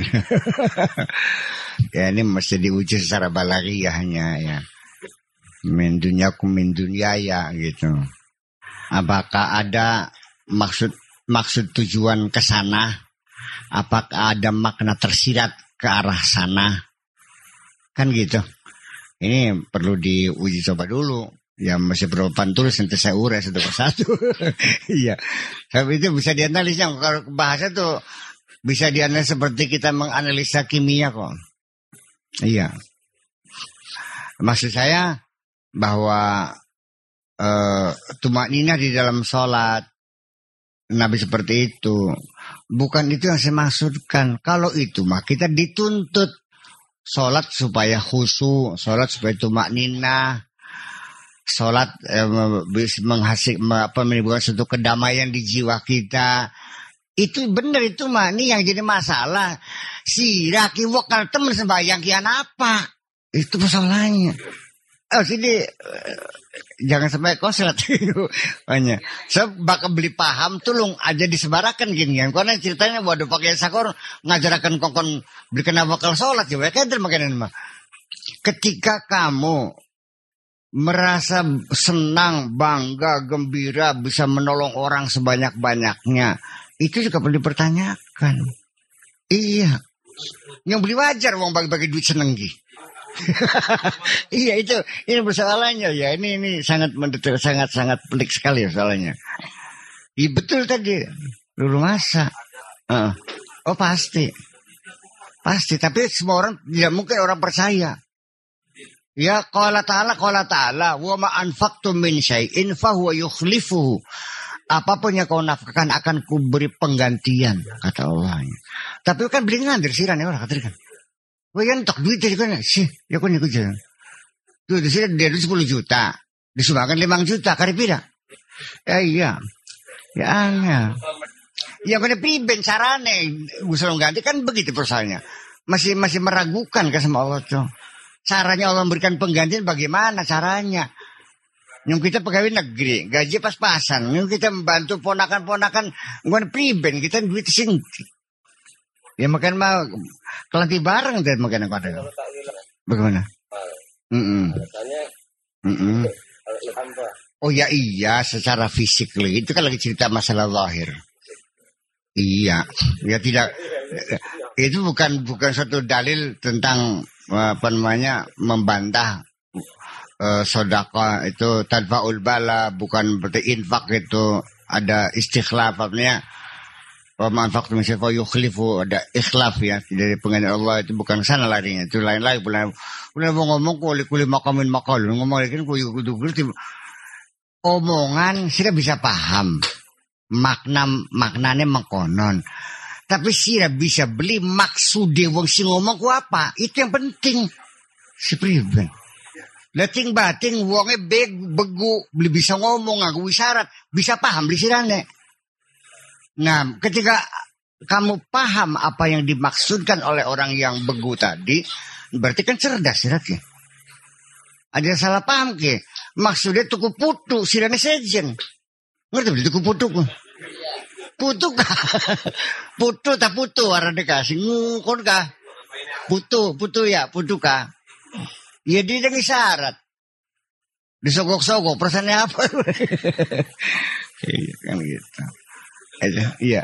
Ya ini mesti diuji secara balaghiyahnya ya. Min dunyakum min dunyaya gitu. Apakah ada maksud tujuan ke sana? Apakah ada makna tersirat ke arah sana? Kan gitu. Ini perlu diuji coba dulu. Ya masih perlu tulis nanti saya urai satu persatu. Iya. Tapi itu bisa dianalisa. Kalau bahasa tuh bisa dianalisa seperti kita menganalisa kimia kok. Iya. Maksud saya bahwa tumakninah di dalam sholat Nabi seperti itu. Bukan itu yang saya maksudkan. Kalau itu mah kita dituntut sholat supaya khusyuk, sholat supaya tumakninah, sholat menimbulkan suatu kedamaian di jiwa kita. Itu benar itu mah. Ini yang jadi masalah. Si Raki wakal temen sembahyang kian apa? Itu masalahnya. Oh sini jangan sampai koslet hanya. So bakal beli paham tulung aja disebarakan gini kan. Karena ceritanya waduh pakai sakor ngajarakan kokon beli kena bakal sholat ya. Kayak makanan mah. Ketika kamu merasa senang, bangga, gembira bisa menolong orang sebanyak-banyaknya, itu juga perlu dipertanyakan. Iya. Yang beli wajar uang bagi-bagi duit seneng gitu. Iya itu ini persoalannya ya ini sangat mendetail sangat pelik sekali soalnya. Iya betul tadi dulu masa. Oh pasti tapi semua orang tidak mungkin orang percaya. Ya qala ta'ala wa ma anfaqtum min syai'in fa huwa yukhlifuhu. Apapun yang kau nafkahkan akan kuberi penggantian kata Allahnya. Tapi kan beli ngandir siran ya orang katakan. Wah yang tok duit jadi kan sih, ya kan ikut jalan. Tuh di sini dia 10 juta, disumbangkan 5 juta, kari pira? Iya, ya angin. Ya kan priben carane, usul ganti kan begitu persoalannya. Masih meragukan ke sama Allah tuh. Caranya Allah memberikan penggantian bagaimana caranya? Yang kita pegawai negeri, gaji pas-pasan. Yang kita membantu ponakan-ponakan, bukan priben kita duit singti. Ya makan mah kelanti bareng dan makan apa ada. Bagaimana? Oh ya iya secara fisik itu kan lagi cerita masalah lahir. Iya, ya tidak itu bukan suatu dalil tentang apa namanya membantah sedekah itu tanpa ulbala, bukan berarti infak itu ada istikhlaf artinya Wa manfaqtu min syai'in yukhlifu, ada ikhlaf ya dari pengen Allah itu bukan sana larinya, itu lain lagi. Bulan mau ngomong kuli makamin makal, ngomong lagi kan kudu omongan sira bisa paham maknanya mengkonon, tapi sira bisa beli maksude wong sing ngomong ku apa, itu yang penting. Si priben lating bating wonge begu beli bisa ngomong aku isyarat bisa paham beli sirane. Nah, ketika kamu paham apa yang dimaksudkan oleh orang yang begu tadi, berarti kan cerdas siratnya. Ada salah paham ke? Maksudnya tuku putu sirane sejen. Ngerti beli tuku putu ku? Putu kah? Putu tak putu arane kasih ngukon kah? Putu ya, putu kah? Ya dia dengan syarat. Disogok-sogok perasaannya apa? Iya kan gitu. Iya.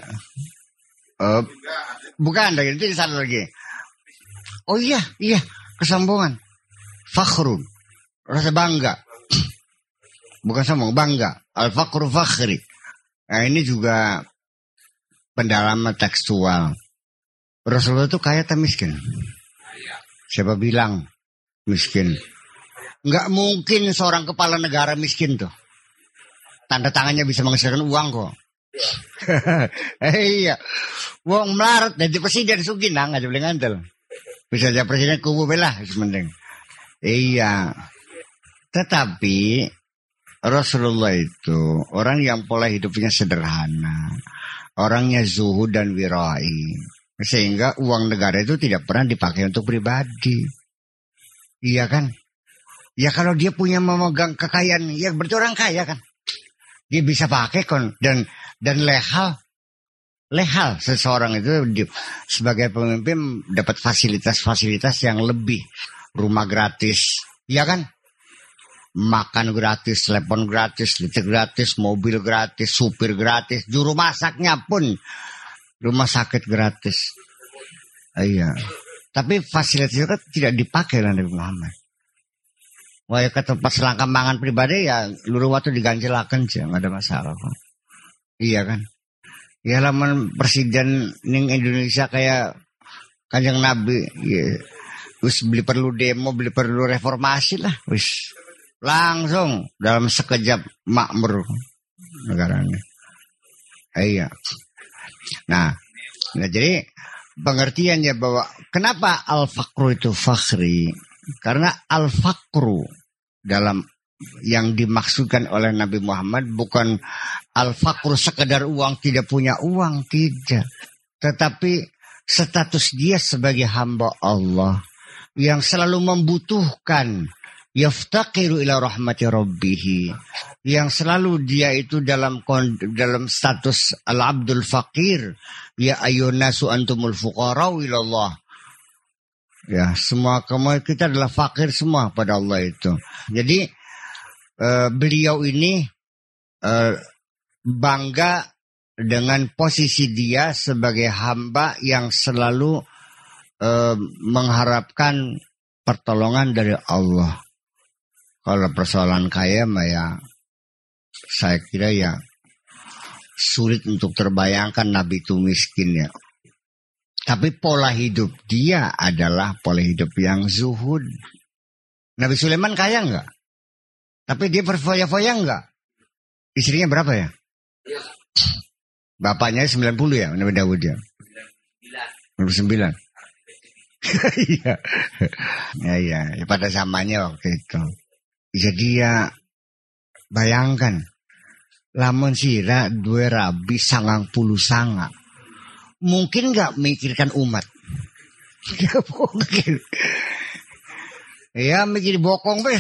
Bukan lagi itu satu lagi. Oh iya, kesombongan. Fakhrun. Rasa bangga. Bukan sombong, bangga. Al-fakhru fakhri. Nah, ini juga pendalaman tekstual. Rasulullah itu kaya atau miskin? Siapa bilang miskin? Enggak mungkin seorang kepala negara miskin tuh. Tanda tangannya bisa menghasilkan uang kok. Iya. Wong melarat jadi presiden suginang aja boleh ngantel. Bisa jadi presiden kubu belah sementing. Iya. Tetapi Rasulullah itu orang yang pola hidupnya sederhana. Orangnya zuhud dan wirai. Sehingga uang negara itu tidak pernah dipakai untuk pribadi. Iya kan? Ya kalau dia punya memegang kekayaan, ya berarti orang kaya kan. Dia bisa pakai dan lehal seseorang itu sebagai pemimpin dapat fasilitas-fasilitas yang lebih, rumah gratis, ya kan? Makan gratis, telepon gratis, listrik gratis, mobil gratis, supir gratis, juru masaknya pun rumah sakit gratis. Iya. Tapi fasilitas itu kan tidak dipakai oleh Nabi Muhammad. Wah ya ke tempat selangkah mangan pribadi ya luruh waktu diganjelakan aja, nggak ada masalah kok. Iya kan? Ya laman presiden ning Indonesia kayak Kanjeng Nabi, ya, wis beli perlu demo, beli perlu reformasi lah, wis langsung dalam sekejap makmur negaranya. Iya. Nah jadi pengertiannya bahwa kenapa al-faqru itu fakhri? Karena al-faqru dalam yang dimaksudkan oleh Nabi Muhammad bukan al-faqru sekedar uang, tidak punya uang, tidak. Tetapi status dia sebagai hamba Allah yang selalu membutuhkan, yaftaqiru ila rahmati rabbih, yang selalu dia itu dalam status al-abdul faqir, ya ayyunasu antumul fuqara ilallah. Ya, semua kita adalah fakir semua pada Allah itu. Jadi beliau ini bangga dengan posisi dia sebagai hamba yang selalu mengharapkan pertolongan dari Allah. Kalau persoalan kaya mah ya saya kira ya sulit untuk terbayangkan Nabi itu miskin ya. Tapi pola hidup dia adalah pola hidup yang zuhud. Nabi Sulaiman kaya enggak? Tapi dia berfoya-foya enggak? Istrinya berapa ya? Bapaknya 90 ya, Nabi Daud ya? 99. Iya, pada zamannya waktu itu. Jadi ya bayangkan. Lamun sira dua rabi 90 sanga. Mungkin nggak mikirkan umat? Nggak mungkin. Ya mikir bokong be.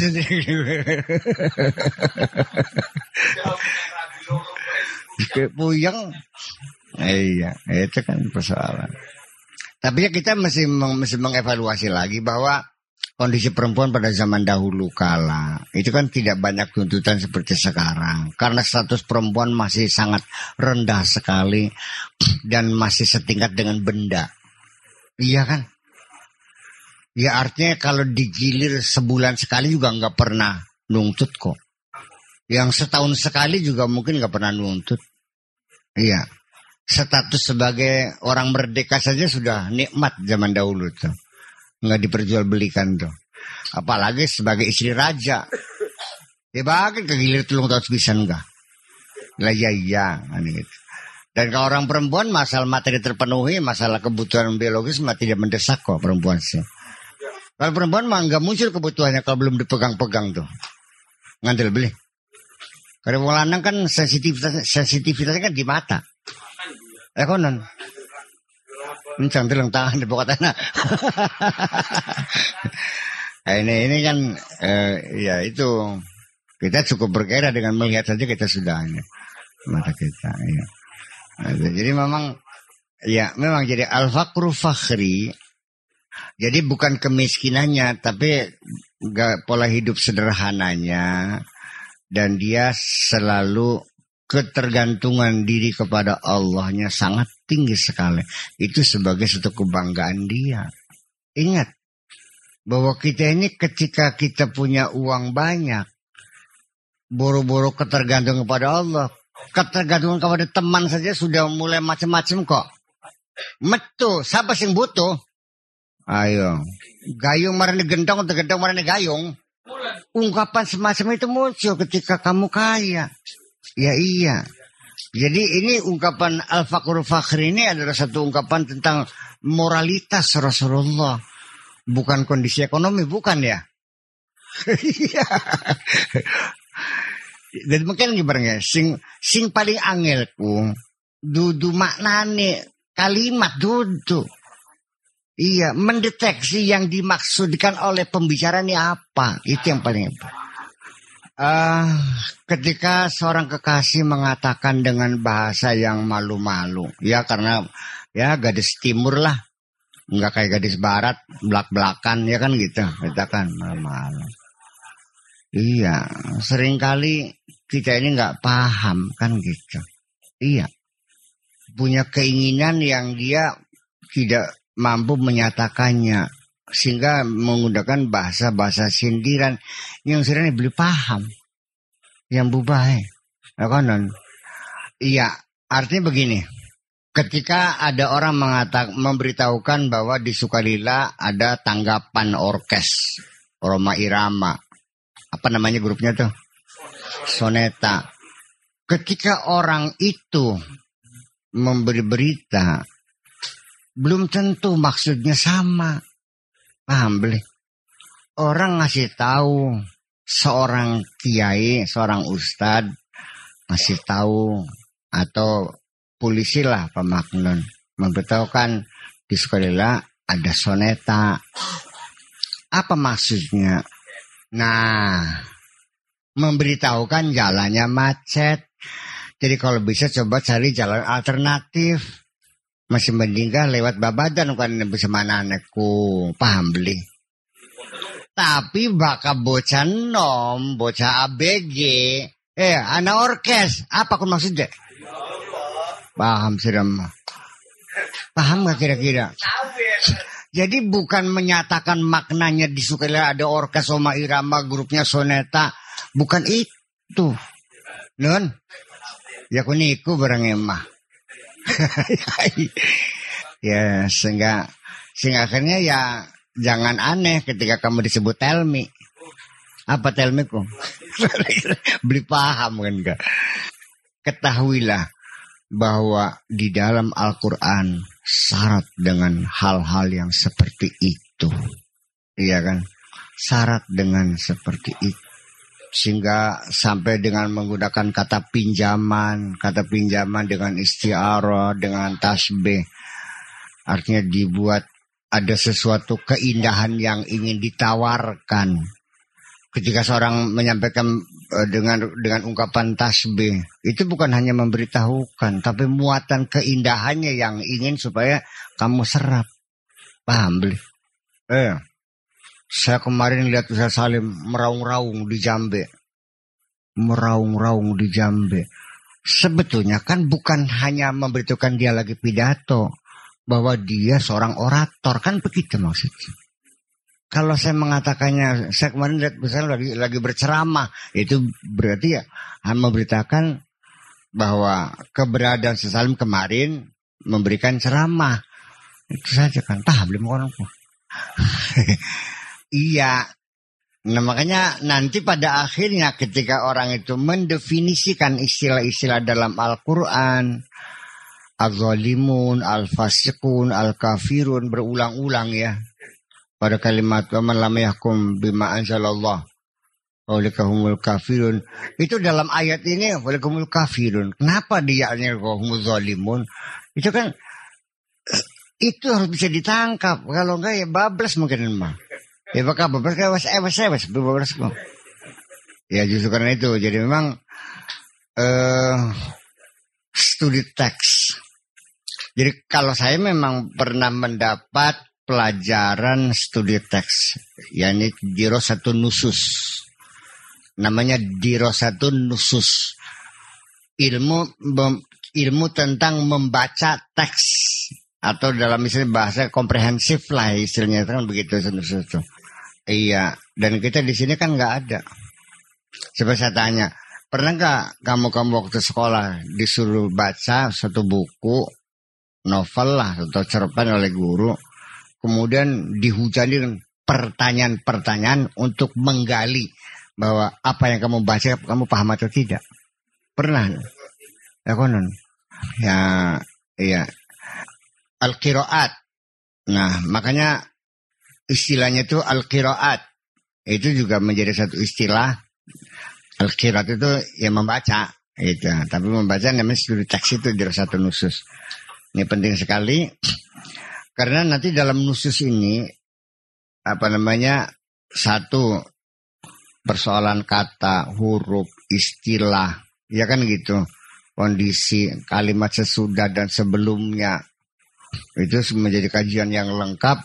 Puyeng. Iya, itu kan persoalan. Tapi ya kita mesti mengevaluasi lagi bahwa kondisi perempuan pada zaman dahulu kala itu kan tidak banyak tuntutan seperti sekarang karena status perempuan masih sangat rendah sekali dan masih setingkat dengan benda. Iya kan? Ya artinya kalau digilir sebulan sekali juga nggak pernah nuntut kok. Yang setahun sekali juga mungkin nggak pernah nuntut. Iya. Status sebagai orang merdeka saja sudah nikmat zaman dahulu tuh. Nggak diperjualbelikan tuh. Apalagi sebagai istri raja. Ya bagai kegilir tulung tahun bisa enggak. Lah iya gitu. Dan kalau orang perempuan masalah materi terpenuhi, masalah kebutuhan biologis mah tidak mendesak kok perempuan sih. Kalau perempuan mah nggak muncul kebutuhannya kalau belum dipegang-pegang tuh. Ngantil beli. Kalau orang lanang kan sensitivitasnya kan di mata. Konon. Mencang telung tangan di bawah tanah. Ini kan ya itu kita cukup bergairah dengan melihat saja kita sudah mata kita ya. Jadi memang jadi al-faqru fakhri. Jadi bukan kemiskinannya tapi pola hidup sederhananya dan dia selalu ketergantungan diri kepada Allahnya sangat tinggi sekali. Itu sebagai satu kebanggaan dia. Ingat bahwa kita ini ketika kita punya uang banyak, boro-boro ketergantungan kepada Allah, ketergantungan kepada teman saja sudah mulai macam-macam kok. Metu, siapa sing butuh? Ayo, gayung marane gendong atau gendong marane gayung. Ungkapan semacam itu muncul ketika kamu kaya. Ya iya. Jadi ini ungkapan al-faqru fakhri ini adalah satu ungkapan tentang moralitas Rasulullah. Bukan kondisi ekonomi, bukan ya? Iya. Dan mungkin gimana sing paling angel ku dudu maknane kalimat dudu. Iya, mendeteksi yang dimaksudkan oleh pembicara ini apa. Itu yang paling ketika seorang kekasih mengatakan dengan bahasa yang malu-malu, ya karena ya gadis timur lah, nggak kayak gadis barat belak-belakan ya kan gitu, kita kan malu-malu. Iya, seringkali kita ini nggak paham kan gitu. Iya, punya keinginan yang dia tidak mampu menyatakannya, sehingga menggunakan bahasa-bahasa sindiran yang sebenarnya belum paham, yang bubahe. Ya kan? Iya, artinya begini. Ketika ada orang memberitahukan bahwa di Sukalila ada tanggapan orkes Roma Irama, apa namanya grupnya tuh? Soneta. Ketika orang itu memberi berita, belum tentu maksudnya sama. Paham beli? Orang ngasih tahu seorang kiai, seorang ustad ngasih tahu atau polisi lah pemaknun memberitahukan di Sukalila ada soneta. Apa maksudnya? Nah, memberitahukan jalannya macet. Jadi kalau bisa coba cari jalan alternatif. Masih mendingan lewat babadan kan bisa mana anakku. Paham beli? Tapi bakal bocah nom, bocah ABG, anak orkes. Apa kun maksudnya? Paham siram. Paham gak kira-kira? Jadi bukan menyatakan maknanya di Sukalila ada orkes Roma Irama, grupnya soneta. Bukan itu. Nun? Ya kuniku barang emah. Ya sehingga akhirnya ya jangan aneh ketika kamu disebut telmi. Apa telmiku? Beli paham kan enggak? Ketahuilah bahwa di dalam Al-Quran syarat dengan hal-hal yang seperti itu. Iya kan? Syarat dengan seperti itu. Sehingga sampai dengan menggunakan kata pinjaman dengan istiarah, dengan tasbih. Artinya dibuat ada sesuatu keindahan yang ingin ditawarkan. Ketika seorang menyampaikan dengan ungkapan tasbih, itu bukan hanya memberitahukan, tapi muatan keindahannya yang ingin supaya kamu serap. Paham beli? Saya kemarin lihat Ustaz Salim meraung-raung di Jambe. Sebetulnya kan bukan hanya memberitahukan dia lagi pidato, bahwa dia seorang orator, kan begitu maksudnya. Kalau saya mengatakannya, saya kemarin lihat misalnya lagi berceramah, itu berarti ya memberitakan bahwa keberadaan Salim kemarin memberikan ceramah. Itu saja kan. Belum orangku. Iya. Nah makanya nanti pada akhirnya ketika orang itu mendefinisikan istilah-istilah dalam Al-Quran, al-zalimun, al-fasiqun, al-kafirun, berulang-ulang ya. Pada kalimat wa man lam yahkum bima anzalallah walikahumul kafirun. Itu dalam ayat ini walikahumul kafirun. Kenapa dianya humul zalimun? Itu kan itu harus bisa ditangkap. Kalau enggak ya bablas mungkin mah. Ya bakal bablas bablas. Ya justru karena itu. Jadi memang studi teks. Jadi kalau saya memang pernah mendapat pelajaran studi teks, yakni dirosatun nusus. Namanya dirosatun nusus. Ilmu tentang membaca teks atau dalam istilah bahasa komprehensif lah istilahnya kan begitu nusus. Iya, dan kita di sini kan nggak ada. Coba saya tanya, pernah nggak kamu waktu sekolah disuruh baca satu buku novel lah atau cerpen oleh guru, kemudian dihujani dengan pertanyaan-pertanyaan untuk menggali bahwa apa yang kamu baca kamu paham atau tidak? Pernah? Ya konon. Ya, iya. Al-qiraat. Nah, makanya istilahnya itu al-qiraat. Itu juga menjadi satu istilah. Al-qiraat itu ya membaca, gitu. Tapi membaca namanya studi teks itu dari satu nusus. Ini penting sekali. Karena nanti dalam nusus ini satu persoalan kata, huruf, istilah, ya kan gitu. Kondisi kalimat sesudah dan sebelumnya itu menjadi kajian yang lengkap.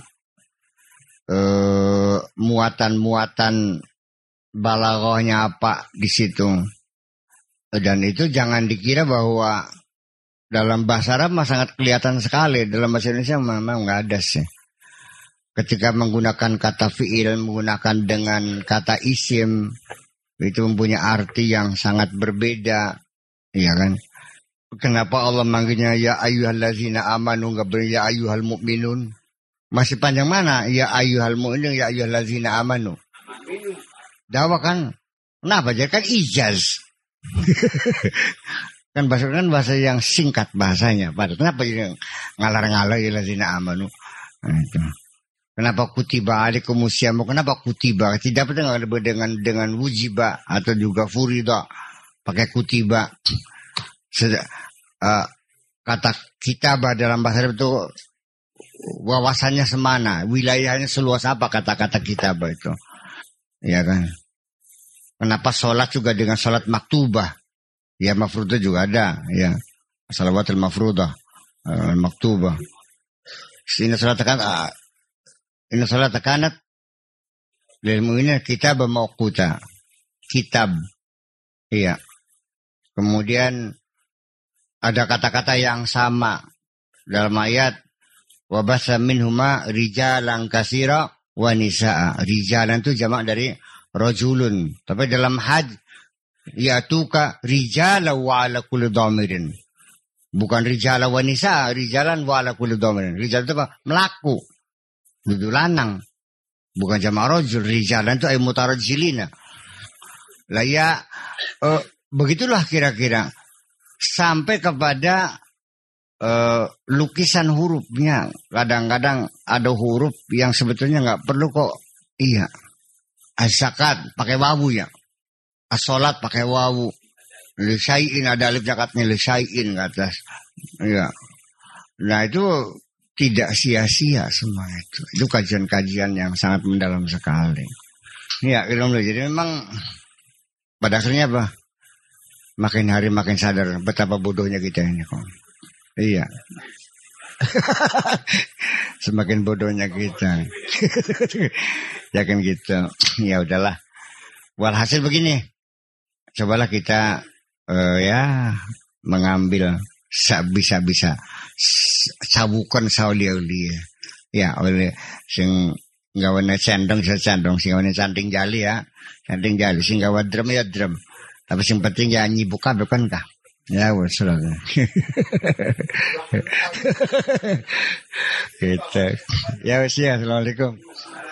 Muatan-muatan balaghahnya apa di situ. Dan itu jangan dikira bahwa dalam bahasa Arab sangat kelihatan sekali. Dalam bahasa Indonesia memang nggak ada sih. Ketika menggunakan kata fi'il, menggunakan dengan kata isim, itu mempunyai arti yang sangat berbeda. Iya kan? Kenapa Allah manggilnya ya ayyuhallazina amanu, nggak beri ya ayyuhal mu'minun? Masih panjang mana? Ya ayyuhal mu'minun, ya ayyuhallazina amanu. Dawa kan? Kenapa? Jadi kan ijaz. Kan bahasa yang singkat bahasanya. Kenapa jadi ngalar-ngalar ya lazina amanu? Nah, itu. Kenapa kutiba alaikumusyamu? Kenapa kutiba? Tidak dengan wujiba atau juga furida. Pakai kutiba. Kata kitabah dalam bahasa Arab itu wawasannya semana, wilayahnya seluas apa kata-kata kitabah itu. Ya kan? Kenapa sholat juga dengan sholat maktubah? Ya mafrudah juga ada, ya. Salawatul mafrudah, maktubah. Inna salat kanat lil mu'minin kitab mawquta. Kitab. Iya. Kemudian ada kata-kata yang sama dalam ayat wa basa minhuma rijalan katsira wa nisaa. Rijalan itu jamak dari rajulun. Tapi dalam hadis yatuka rijala wa ala kulli dhamirin. Bukan rijala wa nisaa, rijalan wa ala kulli dhamirin. Rijal itu apa? Melaku. Itu lanang. Bukan jamak rajul. Rijalan itu ay mutarajjilina. Lah ya begitulah kira-kira. Sampai kepada lukisan hurufnya. Kadang-kadang ada huruf yang sebetulnya nggak perlu kok. Iya. As-zakat pakai wawu ya. As-salat pakai wawu. Lisai'in ada alif zakatnya lisai'in ke atas. Iya. Nah itu tidak sia-sia semua itu. Itu kajian-kajian yang sangat mendalam sekali. Iya, jadi memang pada akhirnya apa? Makin hari makin sadar betapa bodohnya kita ini kok. Iya. Semakin bodohnya kita. Ya kan gitu. Ya udahlah. Walhasil begini. Cobalah kita mengambil bisa-bisa sabukan saulia-ulia. Ya oleh sing gawane cendong sing gawane canting jali ya. Canting jali sing gawa drum ya drum. Tapi sing penting ya nyibuka bukan kah? Ya wassalam. Gitu. Ya wis ya, assalamualaikum.